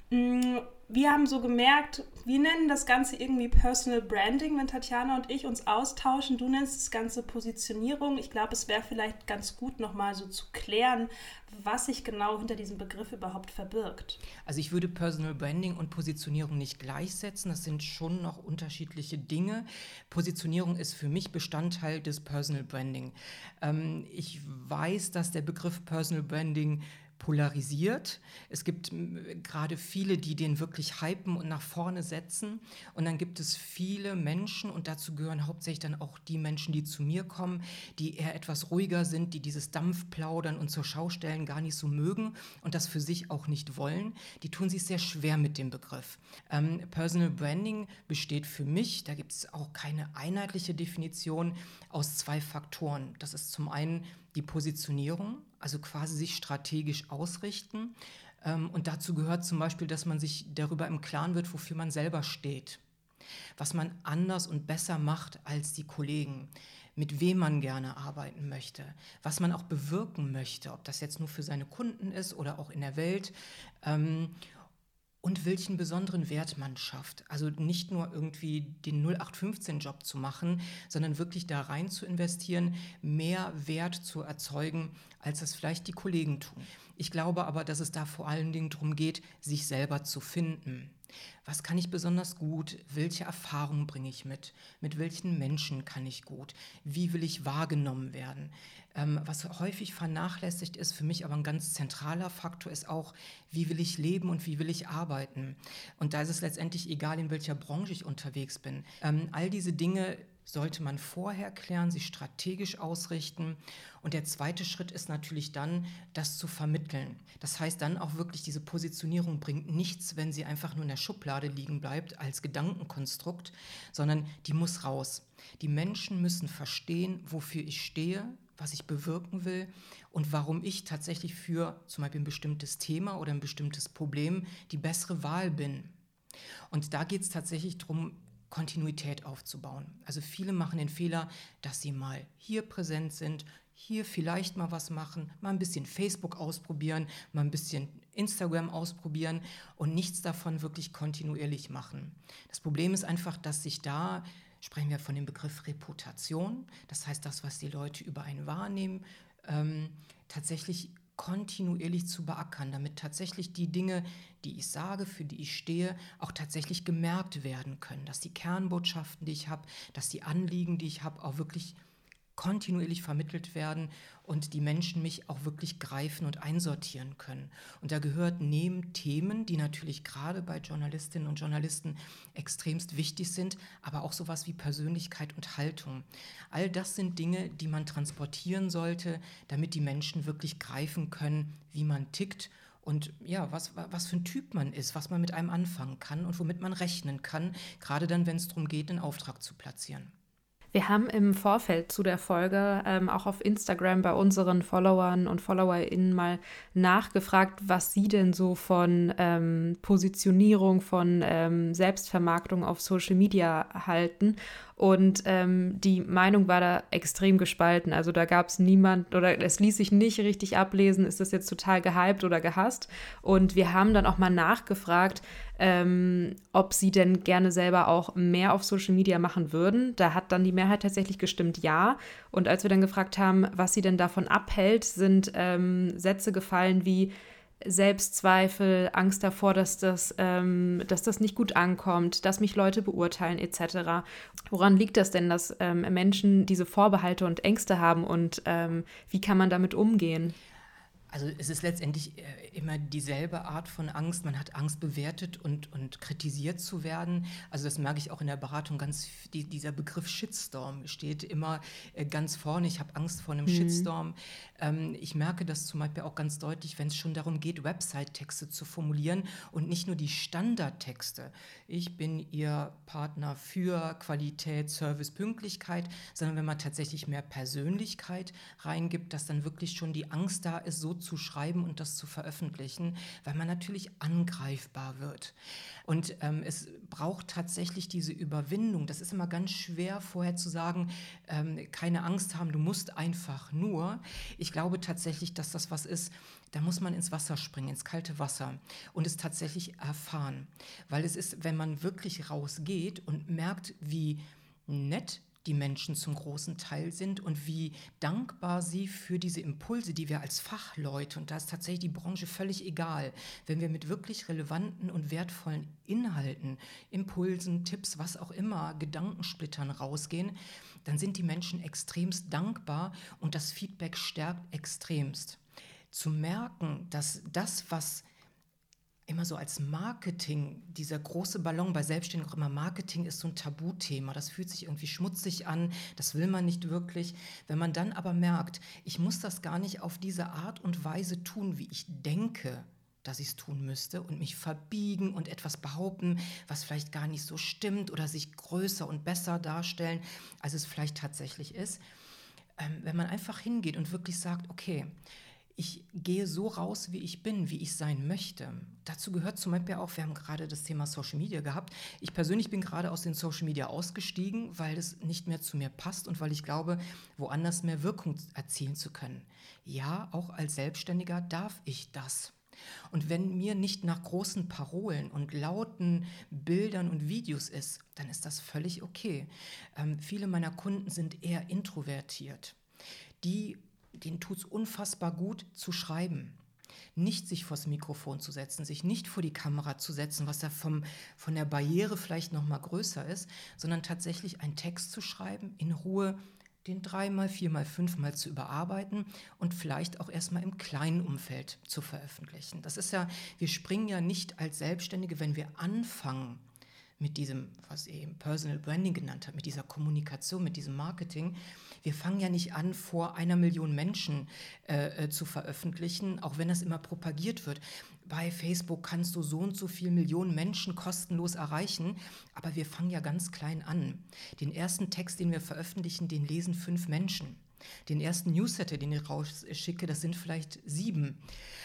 Wir haben so gemerkt, wir nennen das Ganze irgendwie Personal Branding, wenn Tatjana und ich uns austauschen. Du nennst das Ganze Positionierung. Ich glaube, es wäre vielleicht ganz gut, nochmal so zu klären, was sich genau hinter diesem Begriff überhaupt verbirgt. Also ich würde Personal Branding und Positionierung nicht gleichsetzen. Das sind schon noch unterschiedliche Dinge. Positionierung ist für mich Bestandteil des Personal Branding. Ähm, ich weiß, dass der Begriff Personal Branding polarisiert. Es gibt gerade viele, die den wirklich hypen und nach vorne setzen. Und dann gibt es viele Menschen, und dazu gehören hauptsächlich dann auch die Menschen, die zu mir kommen, die eher etwas ruhiger sind, die dieses Dampfplaudern und zur Schau stellen gar nicht so mögen und das für sich auch nicht wollen. Die tun sich sehr schwer mit dem Begriff. Ähm, Personal Branding besteht für mich, da gibt es auch keine einheitliche Definition, aus zwei Faktoren. Das ist zum einen die Positionierung, also quasi sich strategisch ausrichten. Und dazu gehört zum Beispiel, dass man sich darüber im Klaren wird, wofür man selber steht, was man anders und besser macht als die Kollegen, mit wem man gerne arbeiten möchte, was man auch bewirken möchte, ob das jetzt nur für seine Kunden ist oder auch in der Welt. Und welchen besonderen Wert man schafft. Also nicht nur irgendwie den null acht fünfzehn Job zu machen, sondern wirklich da rein zu investieren, mehr Wert zu erzeugen, als das vielleicht die Kollegen tun. Ich glaube aber, dass es da vor allen Dingen darum geht, sich selber zu finden. Was kann ich besonders gut? Welche Erfahrungen bringe ich mit? Mit welchen Menschen kann ich gut? Wie will ich wahrgenommen werden? Ähm, was häufig vernachlässigt ist, für mich aber ein ganz zentraler Faktor ist auch, wie will ich leben und wie will ich arbeiten? Und da ist es letztendlich egal, in welcher Branche ich unterwegs bin. Ähm, all diese Dinge sollte man vorher klären, sich strategisch ausrichten. Und der zweite Schritt ist natürlich dann, das zu vermitteln. Das heißt dann auch wirklich, diese Positionierung bringt nichts, wenn sie einfach nur in der Schublade liegen bleibt als Gedankenkonstrukt, sondern die muss raus. Die Menschen müssen verstehen, wofür ich stehe, was ich bewirken will und warum ich tatsächlich für zum Beispiel ein bestimmtes Thema oder ein bestimmtes Problem die bessere Wahl bin. Und da geht es tatsächlich darum, Kontinuität aufzubauen. Also viele machen den Fehler, dass sie mal hier präsent sind, hier vielleicht mal was machen, mal ein bisschen Facebook ausprobieren, mal ein bisschen Instagram ausprobieren und nichts davon wirklich kontinuierlich machen. Das Problem ist einfach, dass sich da, sprechen wir von dem Begriff Reputation, das heißt das, was die Leute über einen wahrnehmen, ähm, tatsächlich kontinuierlich zu beackern, damit tatsächlich die Dinge, die ich sage, für die ich stehe, auch tatsächlich gemerkt werden können, dass die Kernbotschaften, die ich habe, dass die Anliegen, die ich habe, auch wirklich kontinuierlich vermittelt werden und die Menschen mich auch wirklich greifen und einsortieren können. Und da gehört neben Themen, die natürlich gerade bei Journalistinnen und Journalisten extremst wichtig sind, aber auch sowas wie Persönlichkeit und Haltung. All das sind Dinge, die man transportieren sollte, damit die Menschen wirklich greifen können, wie man tickt und ja, was, was für ein Typ man ist, was man mit einem anfangen kann und womit man rechnen kann, gerade dann, wenn es darum geht, einen Auftrag zu platzieren. Wir haben im Vorfeld zu der Folge ähm, auch auf Instagram bei unseren Followern und FollowerInnen mal nachgefragt, was sie denn so von ähm, Positionierung, von ähm, Selbstvermarktung auf Social Media halten. Und ähm, die Meinung war da extrem gespalten. Also da gab es niemand oder es ließ sich nicht richtig ablesen, ist das jetzt total gehypt oder gehasst. Und wir haben dann auch mal nachgefragt, ähm, ob sie denn gerne selber auch mehr auf Social Media machen würden. Da hat dann die Mehrheit tatsächlich gestimmt, ja. Und als wir dann gefragt haben, was sie denn davon abhält, sind ähm, Sätze gefallen wie Selbstzweifel, Angst davor, dass das, ähm, dass das nicht gut ankommt, dass mich Leute beurteilen et cetera. Woran liegt das denn, dass ähm, Menschen diese Vorbehalte und Ängste haben und ähm, wie kann man damit umgehen? Also es ist letztendlich äh, immer dieselbe Art von Angst. Man hat Angst, bewertet und, und kritisiert zu werden. Also das merke ich auch in der Beratung ganz, die, dieser Begriff Shitstorm steht immer äh, ganz vorne. Ich habe Angst vor einem mhm. Shitstorm. Ähm, ich merke das zum Beispiel auch ganz deutlich, wenn es schon darum geht, Website-Texte zu formulieren und nicht nur die Standardtexte. Ich bin Ihr Partner für Qualität, Service, Pünktlichkeit, sondern wenn man tatsächlich mehr Persönlichkeit reingibt, dass dann wirklich schon die Angst da ist, so zu schreiben und das zu veröffentlichen, weil man natürlich angreifbar wird. Und ähm, es braucht tatsächlich diese Überwindung. Das ist immer ganz schwer vorher zu sagen, ähm, keine Angst haben, du musst einfach nur. Ich glaube tatsächlich, dass das was ist, da muss man ins Wasser springen, ins kalte Wasser und es tatsächlich erfahren. Weil es ist, wenn man wirklich rausgeht und merkt, wie nett die Menschen zum großen Teil sind und wie dankbar sie für diese Impulse, die wir als Fachleute, und da ist tatsächlich die Branche völlig egal, wenn wir mit wirklich relevanten und wertvollen Inhalten, Impulsen, Tipps, was auch immer, Gedankensplittern rausgehen, dann sind die Menschen extremst dankbar und das Feedback stärkt extremst. Zu merken, dass das, was immer so als Marketing, dieser große Ballon bei Selbstständigen auch immer, Marketing ist so ein Tabuthema, das fühlt sich irgendwie schmutzig an, das will man nicht wirklich. Wenn man dann aber merkt, ich muss das gar nicht auf diese Art und Weise tun, wie ich denke, dass ich es tun müsste und mich verbiegen und etwas behaupten, was vielleicht gar nicht so stimmt oder sich größer und besser darstellen, als es vielleicht tatsächlich ist. Ähm, wenn man einfach hingeht und wirklich sagt, okay, ich gehe so raus, wie ich bin, wie ich sein möchte. Dazu gehört zum Beispiel auch, wir haben gerade das Thema Social Media gehabt. Ich persönlich bin gerade aus den Social Media ausgestiegen, weil es nicht mehr zu mir passt und weil ich glaube, woanders mehr Wirkung erzielen zu können. Ja, auch als Selbstständiger darf ich das. Und wenn mir nicht nach großen Parolen und lauten Bildern und Videos ist, dann ist das völlig okay. Ähm, viele meiner Kunden sind eher introvertiert. Die Denen tut es unfassbar gut zu schreiben, nicht sich vors Mikrofon zu setzen, sich nicht vor die Kamera zu setzen, was ja vom, von der Barriere vielleicht noch mal größer ist, sondern tatsächlich einen Text zu schreiben, in Ruhe den dreimal, viermal, fünfmal zu überarbeiten und vielleicht auch erstmal im kleinen Umfeld zu veröffentlichen. Das ist ja, wir springen ja nicht als Selbstständige, wenn wir anfangen mit diesem, was ihr eben Personal Branding genannt habt, mit dieser Kommunikation, mit diesem Marketing. Wir fangen ja nicht an, vor einer Million Menschen äh, zu veröffentlichen, auch wenn das immer propagiert wird. Bei Facebook kannst du so und so viele Millionen Menschen kostenlos erreichen, aber wir fangen ja ganz klein an. Den ersten Text, den wir veröffentlichen, den lesen fünf Menschen. Den ersten Newsletter, den ich rausschicke, das sind vielleicht sieben.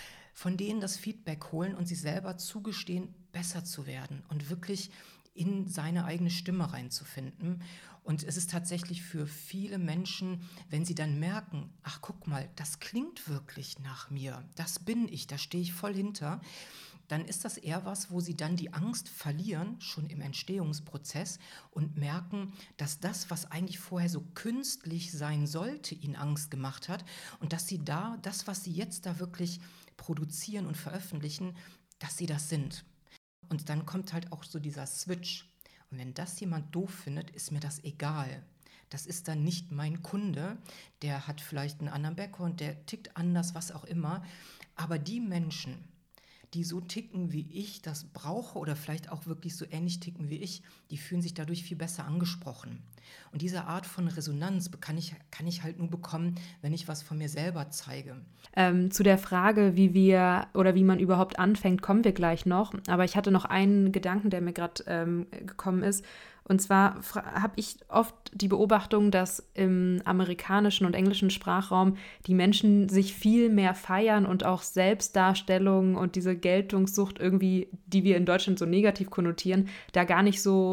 Von denen das Feedback holen und sich selber zugestehen, besser zu werden und wirklich in seine eigene Stimme reinzufinden. Und es ist tatsächlich für viele Menschen, wenn sie dann merken, ach guck mal, das klingt wirklich nach mir, das bin ich, da stehe ich voll hinter, dann ist das eher was, wo sie dann die Angst verlieren, schon im Entstehungsprozess und merken, dass das, was eigentlich vorher so künstlich sein sollte, ihnen Angst gemacht hat und dass sie da, das, was sie jetzt da wirklich produzieren und veröffentlichen, dass sie das sind. Und dann kommt halt auch so dieser Switch. Und wenn das jemand doof findet, ist mir das egal. Das ist dann nicht mein Kunde, der hat vielleicht einen anderen Background, der tickt anders, was auch immer. Aber die Menschen, die so ticken, wie ich das brauche oder vielleicht auch wirklich so ähnlich ticken wie ich, die fühlen sich dadurch viel besser angesprochen. Und diese Art von Resonanz kann ich, kann ich halt nur bekommen, wenn ich was von mir selber zeige. Ähm, zu der Frage, wie wir oder wie man überhaupt anfängt, kommen wir gleich noch. Aber ich hatte noch einen Gedanken, der mir gerade ähm, gekommen ist. Und zwar habe ich oft die Beobachtung, dass im amerikanischen und englischen Sprachraum die Menschen sich viel mehr feiern und auch Selbstdarstellung und diese Geltungssucht irgendwie, die wir in Deutschland so negativ konnotieren, da gar nicht so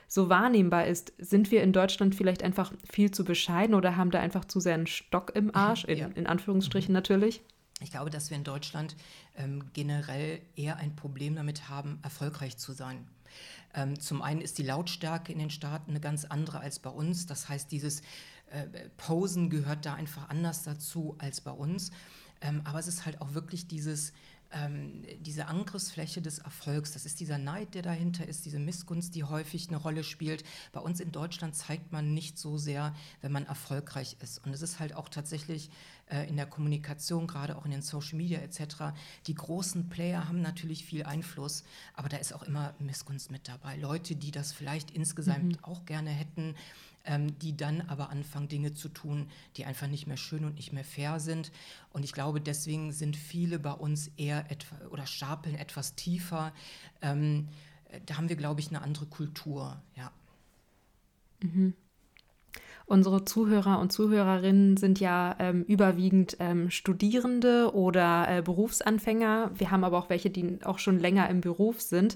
so wahrnehmbar ist. Sind wir in Deutschland vielleicht einfach viel zu bescheiden oder haben da einfach zu sehr einen Stock im Arsch, in, Ja. in Anführungsstrichen natürlich? Ich glaube, dass wir in Deutschland ähm, generell eher ein Problem damit haben, erfolgreich zu sein. Ähm, zum einen ist die Lautstärke in den Staaten eine ganz andere als bei uns. Das heißt, dieses äh, Posen gehört da einfach anders dazu als bei uns. Ähm, aber es ist halt auch wirklich dieses, ähm, diese Angriffsfläche des Erfolgs. Das ist dieser Neid, der dahinter ist, diese Missgunst, die häufig eine Rolle spielt. Bei uns in Deutschland zeigt man nicht so sehr, wenn man erfolgreich ist. Und es ist halt auch tatsächlich äh, in der Kommunikation, gerade auch in den Social Media et cetera, die großen Player haben natürlich viel Einfluss, aber da ist auch immer Missgunst mit dabei. Leute, die das vielleicht insgesamt mhm. auch gerne hätten, ähm, die dann aber anfangen, Dinge zu tun, die einfach nicht mehr schön und nicht mehr fair sind. Und ich glaube, deswegen sind viele bei uns eher etwa oder stapeln etwas tiefer. Ähm, da haben wir, glaube ich, eine andere Kultur, ja. Mhm. Unsere Zuhörer und Zuhörerinnen sind ja ähm, überwiegend ähm, Studierende oder äh, Berufsanfänger. Wir haben aber auch welche, die auch schon länger im Beruf sind.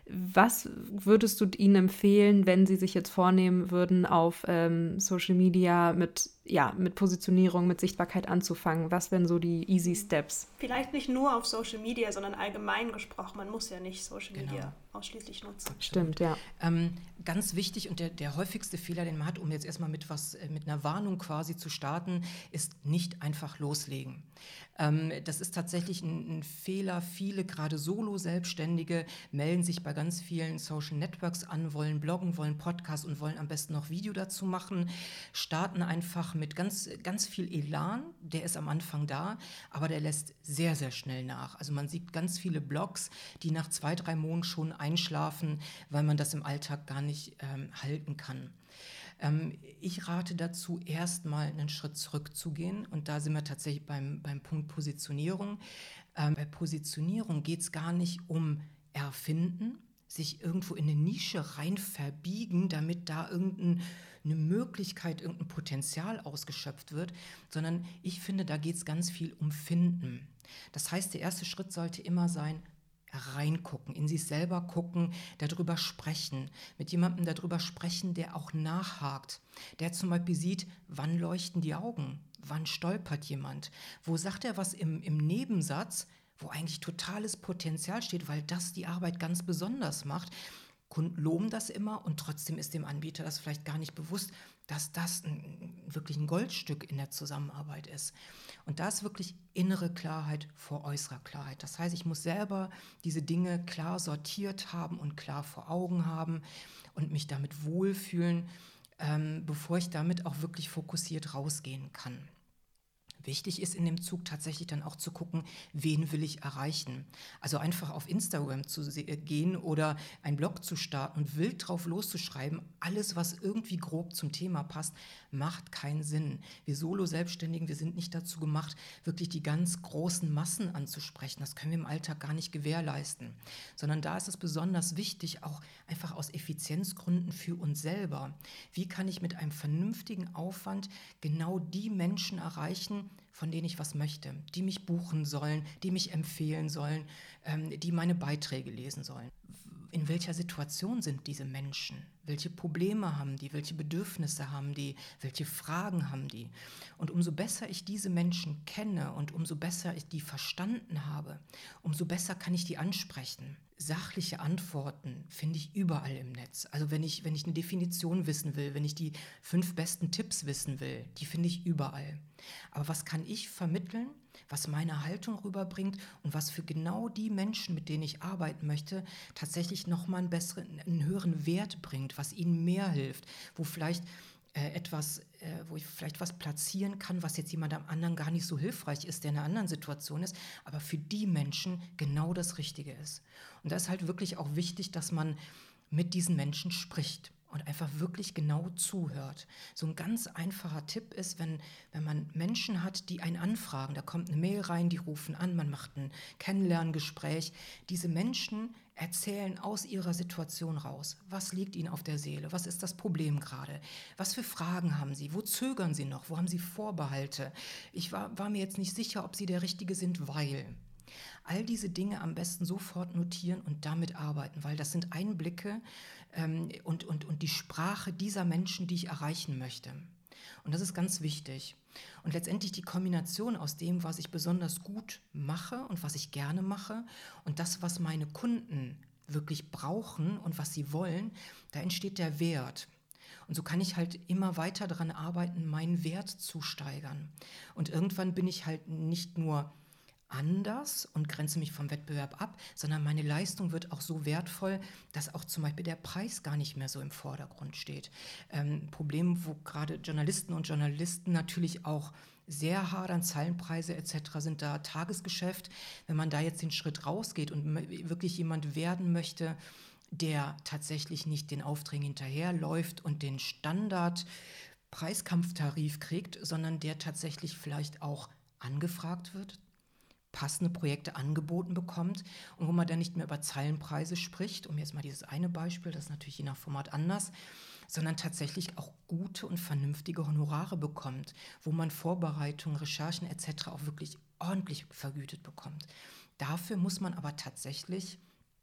Was würdest du ihnen empfehlen, wenn sie sich jetzt vornehmen würden, auf ähm, Social Media mit, ja, mit Positionierung, mit Sichtbarkeit anzufangen? Was wären so die Easy Steps? Vielleicht nicht nur auf Social Media, sondern allgemein gesprochen. Man muss ja nicht Social Genau. Media ausschließlich nutzen. Stimmt, ja. Ähm, ganz wichtig und der, der häufigste Fehler, den man hat, um jetzt erstmal mit was, mit einer Warnung quasi zu starten, ist nicht einfach loslegen. Ähm, das ist tatsächlich ein, ein Fehler. Viele, gerade Solo-Selbstständige, melden sich bei ganz vielen Social Networks an, wollen bloggen, wollen Podcasts und wollen am besten noch Video dazu machen, starten einfach mit ganz, ganz viel Elan, der ist am Anfang da, aber der lässt sehr, sehr schnell nach. Also man sieht ganz viele Blogs, die nach zwei, drei Monaten schon einschlafen, weil man das im Alltag gar nicht ähm, halten kann. Ähm, ich rate dazu, erstmal einen Schritt zurückzugehen und da sind wir tatsächlich beim, beim Punkt Positionierung. Ähm, bei Positionierung geht es gar nicht um Erfinden, sich irgendwo in eine Nische rein verbiegen, damit da irgendeine Möglichkeit, irgendein Potenzial ausgeschöpft wird, sondern ich finde, da geht es ganz viel um Finden. Das heißt, der erste Schritt sollte immer sein, reingucken, in sich selber gucken, darüber sprechen, mit jemandem darüber sprechen, der auch nachhakt, der zum Beispiel sieht, wann leuchten die Augen, wann stolpert jemand, wo sagt er was im, im Nebensatz, wo eigentlich totales Potenzial steht, weil das die Arbeit ganz besonders macht. Kunden loben das immer und trotzdem ist dem Anbieter das vielleicht gar nicht bewusst, dass das ein, wirklich ein Goldstück in der Zusammenarbeit ist. Und da ist wirklich innere Klarheit vor äußerer Klarheit. Das heißt, ich muss selber diese Dinge klar sortiert haben und klar vor Augen haben und mich damit wohlfühlen, ähm, bevor ich damit auch wirklich fokussiert rausgehen kann. Wichtig ist in dem Zug tatsächlich dann auch zu gucken, wen will ich erreichen. Also einfach auf Instagram zu gehen oder einen Blog zu starten und wild drauf loszuschreiben, alles, was irgendwie grob zum Thema passt, macht keinen Sinn. Wir Solo-Selbstständigen, wir sind nicht dazu gemacht, wirklich die ganz großen Massen anzusprechen. Das können wir im Alltag gar nicht gewährleisten. Sondern da ist es besonders wichtig, auch einfach aus Effizienzgründen für uns selber. Wie kann ich mit einem vernünftigen Aufwand genau die Menschen erreichen, von denen ich was möchte, die mich buchen sollen, die mich empfehlen sollen, ähm, die meine Beiträge lesen sollen. In welcher Situation sind diese Menschen? Welche Probleme haben die? Welche Bedürfnisse haben die? Welche Fragen haben die? Und umso besser ich diese Menschen kenne und umso besser ich die verstanden habe, umso besser kann ich die ansprechen. Sachliche Antworten finde ich überall im Netz. Also wenn ich, wenn ich eine Definition wissen will, wenn ich die fünf besten Tipps wissen will, die finde ich überall. Aber was kann ich vermitteln, was meine Haltung rüberbringt und was für genau die Menschen, mit denen ich arbeiten möchte, tatsächlich nochmal einen besseren, einen höheren Wert bringt, was ihnen mehr hilft, wo vielleicht äh, etwas, äh, wo ich vielleicht was platzieren kann, was jetzt jemand am anderen gar nicht so hilfreich ist, der in einer anderen Situation ist, aber für die Menschen genau das Richtige ist. Und da ist halt wirklich auch wichtig, dass man mit diesen Menschen spricht und einfach wirklich genau zuhört. So ein ganz einfacher Tipp ist, wenn, wenn man Menschen hat, die einen anfragen, da kommt eine Mail rein, die rufen an, man macht ein Kennenlerngespräch. Diese Menschen erzählen aus ihrer Situation raus. Was liegt ihnen auf der Seele? Was ist das Problem gerade? Was für Fragen haben sie? Wo zögern sie noch? Wo haben sie Vorbehalte? Ich war, war mir jetzt nicht sicher, ob sie der Richtige sind, weil... All diese Dinge am besten sofort notieren und damit arbeiten, weil das sind Einblicke, ähm, und, und, und die Sprache dieser Menschen, die ich erreichen möchte. Und das ist ganz wichtig. Und letztendlich die Kombination aus dem, was ich besonders gut mache und was ich gerne mache und das, was meine Kunden wirklich brauchen und was sie wollen, da entsteht der Wert. Und so kann ich halt immer weiter daran arbeiten, meinen Wert zu steigern. Und irgendwann bin ich halt nicht nur anders und grenze mich vom Wettbewerb ab, sondern meine Leistung wird auch so wertvoll, dass auch zum Beispiel der Preis gar nicht mehr so im Vordergrund steht. Ähm, Problem, wo gerade Journalisten und Journalisten natürlich auch sehr hadern, Zeilenpreise et cetera sind da Tagesgeschäft. Wenn man da jetzt den Schritt rausgeht und wirklich jemand werden möchte, der tatsächlich nicht den Aufträgen hinterherläuft und den Standard-Preiskampftarif kriegt, sondern der tatsächlich vielleicht auch angefragt wird, passende Projekte angeboten bekommt und wo man dann nicht mehr über Zeilenpreise spricht, um jetzt mal dieses eine Beispiel, das ist natürlich je nach Format anders, sondern tatsächlich auch gute und vernünftige Honorare bekommt, wo man Vorbereitungen, Recherchen et cetera auch wirklich ordentlich vergütet bekommt. Dafür muss man aber tatsächlich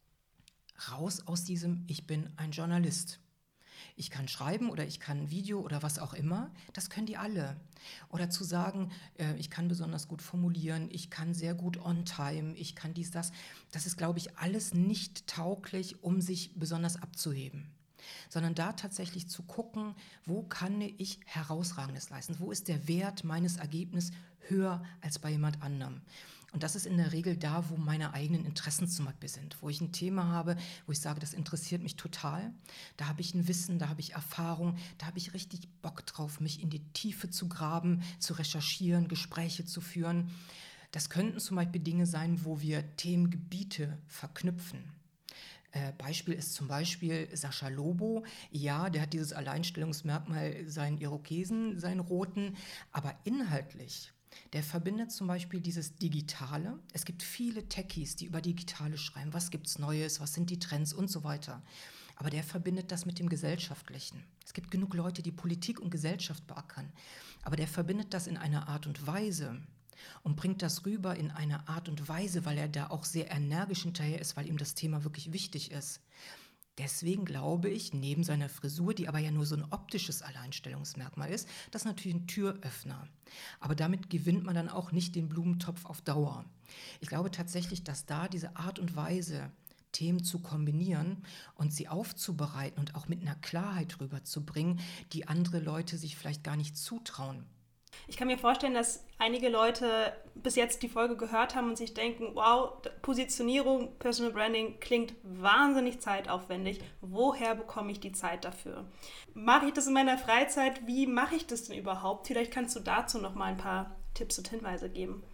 raus aus diesem Ich bin ein Journalist. Ich kann schreiben oder ich kann Video oder was auch immer, das können die alle. Oder zu sagen, äh, ich kann besonders gut formulieren, ich kann sehr gut on time, ich kann dies, das. Das ist, glaube ich, alles nicht tauglich, um sich besonders abzuheben. Sondern da tatsächlich zu gucken, wo kann ich Herausragendes leisten? Wo ist der Wert meines Ergebnisses höher als bei jemand anderem? Und das ist in der Regel da, wo meine eigenen Interessen zum Beispiel sind, wo ich ein Thema habe, wo ich sage, das interessiert mich total. Da habe ich ein Wissen, da habe ich Erfahrung, da habe ich richtig Bock drauf, mich in die Tiefe zu graben, zu recherchieren, Gespräche zu führen. Das könnten zum Beispiel Dinge sein, wo wir Themengebiete verknüpfen. Äh, Beispiel ist zum Beispiel Sascha Lobo. Ja, der hat dieses Alleinstellungsmerkmal, seinen Irokesen, seinen Roten, aber inhaltlich, der verbindet zum Beispiel dieses Digitale. Es gibt viele Techies, die über Digitale schreiben. Was gibt's Neues? Was sind die Trends und so weiter? Aber der verbindet das mit dem Gesellschaftlichen. Es gibt genug Leute, die Politik und Gesellschaft beackern. Aber der verbindet das in einer Art und Weise und bringt das rüber in eine Art und Weise, weil er da auch sehr energisch hinterher ist, weil ihm das Thema wirklich wichtig ist. Deswegen glaube ich, neben seiner Frisur, die aber ja nur so ein optisches Alleinstellungsmerkmal ist, das ist natürlich ein Türöffner. Aber damit gewinnt man dann auch nicht den Blumentopf auf Dauer. Ich glaube tatsächlich, dass da diese Art und Weise, Themen zu kombinieren und sie aufzubereiten und auch mit einer Klarheit rüberzubringen, die andere Leute sich vielleicht gar nicht zutrauen. Ich kann mir vorstellen, dass einige Leute bis jetzt die Folge gehört haben und sich denken, wow, Positionierung, Personal Branding klingt wahnsinnig zeitaufwendig. Woher bekomme ich die Zeit dafür? Mache ich das in meiner Freizeit? Wie mache ich das denn überhaupt? Vielleicht kannst du dazu noch mal ein paar Tipps und Hinweise geben.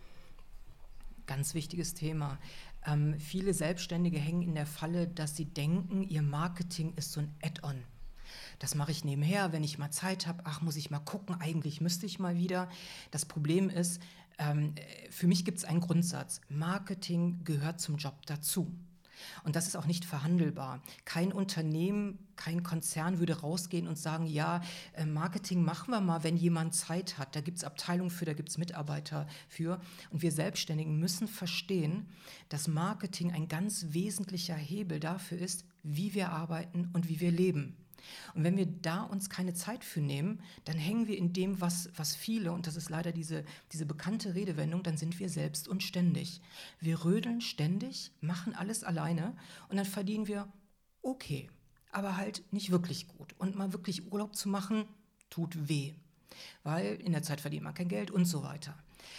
Ganz wichtiges Thema. Ähm, viele Selbstständige hängen in der Falle, dass sie denken, ihr Marketing ist so ein Add-on. Das mache ich nebenher, wenn ich mal Zeit habe. Ach, muss ich mal gucken, eigentlich müsste ich mal wieder. Das Problem ist, ähm, für mich gibt es einen Grundsatz. Marketing gehört zum Job dazu. Und das ist auch nicht verhandelbar. Kein Unternehmen, kein Konzern würde rausgehen und sagen, ja, Marketing machen wir mal, wenn jemand Zeit hat. Da gibt es Abteilungen für, da gibt es Mitarbeiter für. Und wir Selbstständigen müssen verstehen, dass Marketing ein ganz wesentlicher Hebel dafür ist, wie wir arbeiten und wie wir leben. Und wenn wir da uns keine Zeit für nehmen, dann hängen wir in dem, was, was viele, und das ist leider diese, diese bekannte Redewendung, dann sind wir selbst und ständig. Wir rödeln ständig, machen alles alleine und dann verdienen wir okay, aber halt nicht wirklich gut. Und mal wirklich Urlaub zu machen, tut weh, weil in der Zeit verdient man kein Geld und so weiter.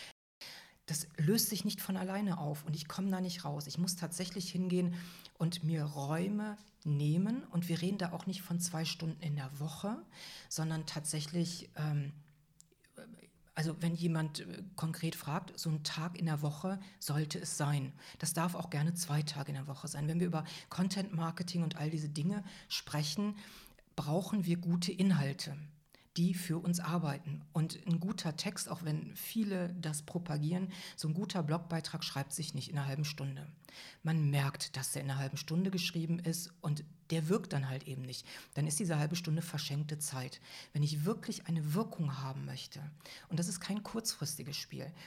Das löst sich nicht von alleine auf und ich komme da nicht raus. Ich muss tatsächlich hingehen und mir Räume nehmen und wir reden da auch nicht von zwei Stunden in der Woche, sondern tatsächlich, ähm, also wenn jemand konkret fragt, so ein Tag in der Woche sollte es sein. Das darf auch gerne zwei Tage in der Woche sein. Wenn wir über Content Marketing und all diese Dinge sprechen, brauchen wir gute Inhalte, die für uns arbeiten. Und ein guter Text, auch wenn viele das propagieren, so ein guter Blogbeitrag schreibt sich nicht in einer halben Stunde. Man merkt, dass der in einer halben Stunde geschrieben ist und der wirkt dann halt eben nicht. Dann ist diese halbe Stunde verschenkte Zeit. Wenn ich wirklich eine Wirkung haben möchte, und das ist kein kurzfristiges Spiel,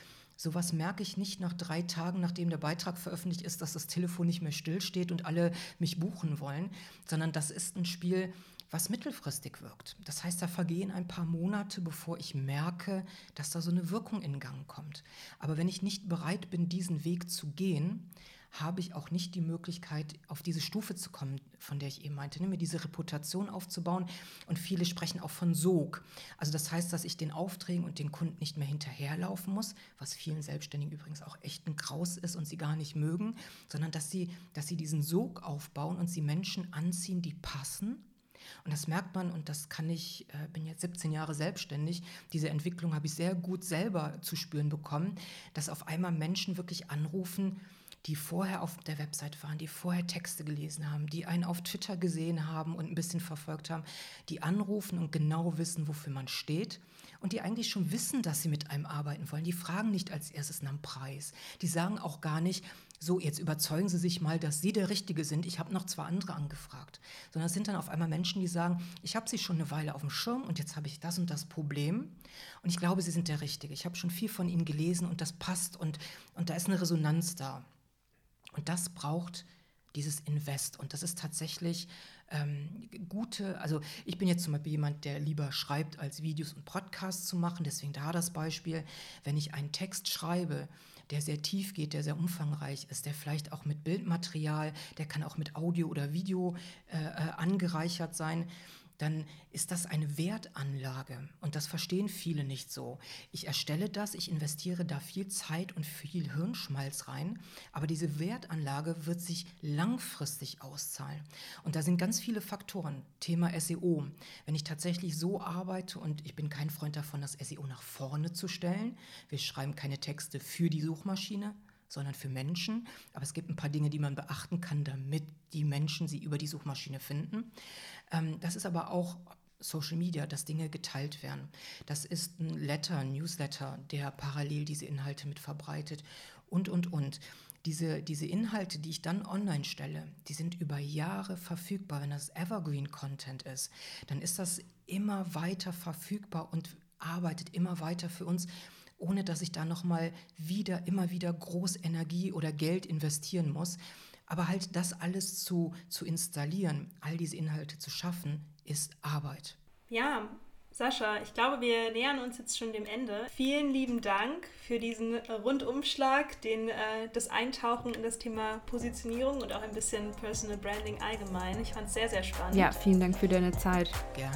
Sowas merke ich nicht nach drei Tagen, nachdem der Beitrag veröffentlicht ist, dass das Telefon nicht mehr stillsteht und alle mich buchen wollen, sondern das ist ein Spiel, was mittelfristig wirkt. Das heißt, da vergehen ein paar Monate, bevor ich merke, dass da so eine Wirkung in Gang kommt. Aber wenn ich nicht bereit bin, diesen Weg zu gehen, habe ich auch nicht die Möglichkeit, auf diese Stufe zu kommen, von der ich eben meinte, ne, mir diese Reputation aufzubauen. Und viele sprechen auch von Sog. Also das heißt, dass ich den Aufträgen und den Kunden nicht mehr hinterherlaufen muss, was vielen Selbstständigen übrigens auch echt ein Graus ist und sie gar nicht mögen, sondern dass sie, dass sie diesen Sog aufbauen und sie Menschen anziehen, die passen. Und das merkt man, und das kann ich, äh, bin jetzt siebzehn Jahre selbstständig, diese Entwicklung habe ich sehr gut selber zu spüren bekommen, dass auf einmal Menschen wirklich anrufen, die vorher auf der Website waren, die vorher Texte gelesen haben, die einen auf Twitter gesehen haben und ein bisschen verfolgt haben, die anrufen und genau wissen, wofür man steht und die eigentlich schon wissen, dass sie mit einem arbeiten wollen. Die fragen nicht als erstes nach dem Preis. Die sagen auch gar nicht, so, jetzt überzeugen Sie sich mal, dass Sie der Richtige sind. Ich habe noch zwei andere angefragt. Sondern es sind dann auf einmal Menschen, die sagen, ich habe Sie schon eine Weile auf dem Schirm und jetzt habe ich das und das Problem. Und ich glaube, Sie sind der Richtige. Ich habe schon viel von Ihnen gelesen und das passt und, und da ist eine Resonanz da. Und das braucht dieses Invest. Und das ist tatsächlich ähm, gute, also ich bin jetzt zum Beispiel jemand, der lieber schreibt, als Videos und Podcasts zu machen. Deswegen da das Beispiel, wenn ich einen Text schreibe, der sehr tief geht, der sehr umfangreich ist, der vielleicht auch mit Bildmaterial, der kann auch mit Audio oder Video äh, angereichert sein, dann ist das eine Wertanlage und das verstehen viele nicht so. Ich erstelle das, ich investiere da viel Zeit und viel Hirnschmalz rein, aber diese Wertanlage wird sich langfristig auszahlen. Und da sind ganz viele Faktoren. Thema S E O. Wenn ich tatsächlich so arbeite, und ich bin kein Freund davon, das S E O nach vorne zu stellen, wir schreiben keine Texte für die Suchmaschine, sondern für Menschen. Aber es gibt ein paar Dinge, die man beachten kann, damit die Menschen sie über die Suchmaschine finden. Ähm, das ist aber auch Social Media, dass Dinge geteilt werden. Das ist ein Letter, ein Newsletter, der parallel diese Inhalte mit verbreitet und, und, und. Diese, diese Inhalte, die ich dann online stelle, die sind über Jahre verfügbar. Wenn das Evergreen-Content ist, dann ist das immer weiter verfügbar und arbeitet immer weiter für uns, ohne dass ich da nochmal wieder, immer wieder groß Energie oder Geld investieren muss. Aber halt das alles zu, zu installieren, all diese Inhalte zu schaffen, ist Arbeit. Ja, Sascha, ich glaube, wir nähern uns jetzt schon dem Ende. Vielen lieben Dank für diesen Rundumschlag, den, äh, das Eintauchen in das Thema Positionierung und auch ein bisschen Personal Branding allgemein. Ich fand es sehr, sehr spannend. Ja, vielen Dank für deine Zeit. Gerne.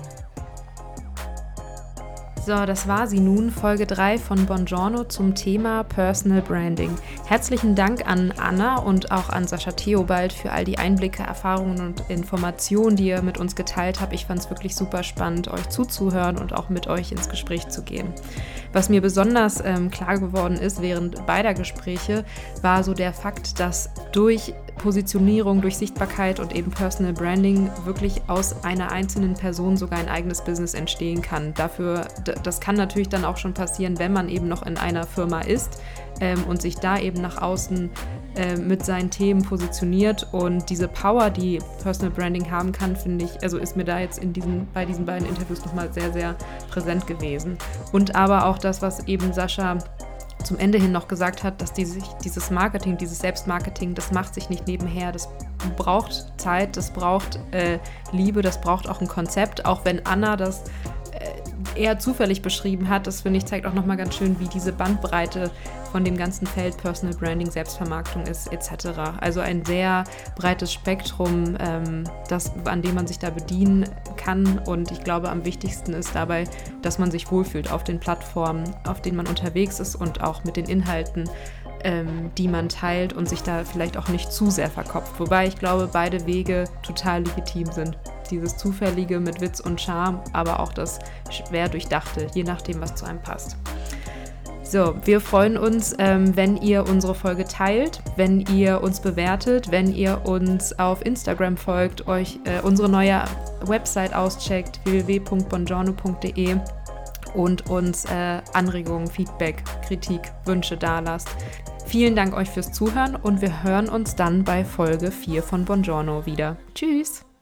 So, das war sie nun, Folge drei von Buongiorno zum Thema Personal Branding. Herzlichen Dank an Anna und auch an Sascha Theobald für all die Einblicke, Erfahrungen und Informationen, die ihr mit uns geteilt habt. Ich fand es wirklich super spannend, euch zuzuhören und auch mit euch ins Gespräch zu gehen. Was mir besonders ähm, klar geworden ist während beider Gespräche, war so der Fakt, dass durch Positionierung, durch Sichtbarkeit und eben Personal Branding wirklich aus einer einzelnen Person sogar ein eigenes Business entstehen kann. Dafür, das kann natürlich dann auch schon passieren, wenn man eben noch in einer Firma ist ähm, und sich da eben nach außen äh, mit seinen Themen positioniert. Und diese Power, die Personal Branding haben kann, finde ich, also ist mir da jetzt in diesen, bei diesen beiden Interviews nochmal sehr, sehr präsent gewesen. Und aber auch das, was eben Sascha zum Ende hin noch gesagt hat, dass die sich, dieses Marketing, dieses Selbstmarketing, das macht sich nicht nebenher, das braucht Zeit, das braucht äh, Liebe, das braucht auch ein Konzept, auch wenn Anna das äh, eher zufällig beschrieben hat, das finde ich zeigt auch nochmal ganz schön, wie diese Bandbreite von dem ganzen Feld Personal Branding, Selbstvermarktung ist et cetera. Also ein sehr breites Spektrum, ähm, das, an dem man sich da bedienen kann, und ich glaube, am wichtigsten ist dabei, dass man sich wohlfühlt auf den Plattformen, auf denen man unterwegs ist und auch mit den Inhalten, ähm, die man teilt, und sich da vielleicht auch nicht zu sehr verkopft. Wobei ich glaube, beide Wege total legitim sind. Dieses Zufällige mit Witz und Charme, aber auch das schwer Durchdachte, je nachdem, was zu einem passt. So, wir freuen uns, ähm, wenn ihr unsere Folge teilt, wenn ihr uns bewertet, wenn ihr uns auf Instagram folgt, euch äh, unsere neue Website auscheckt, w w w punkt buongiorno punkt d e, und uns äh, Anregungen, Feedback, Kritik, Wünsche dalasst. Vielen Dank euch fürs Zuhören und wir hören uns dann bei Folge vier von Buongiorno wieder. Tschüss!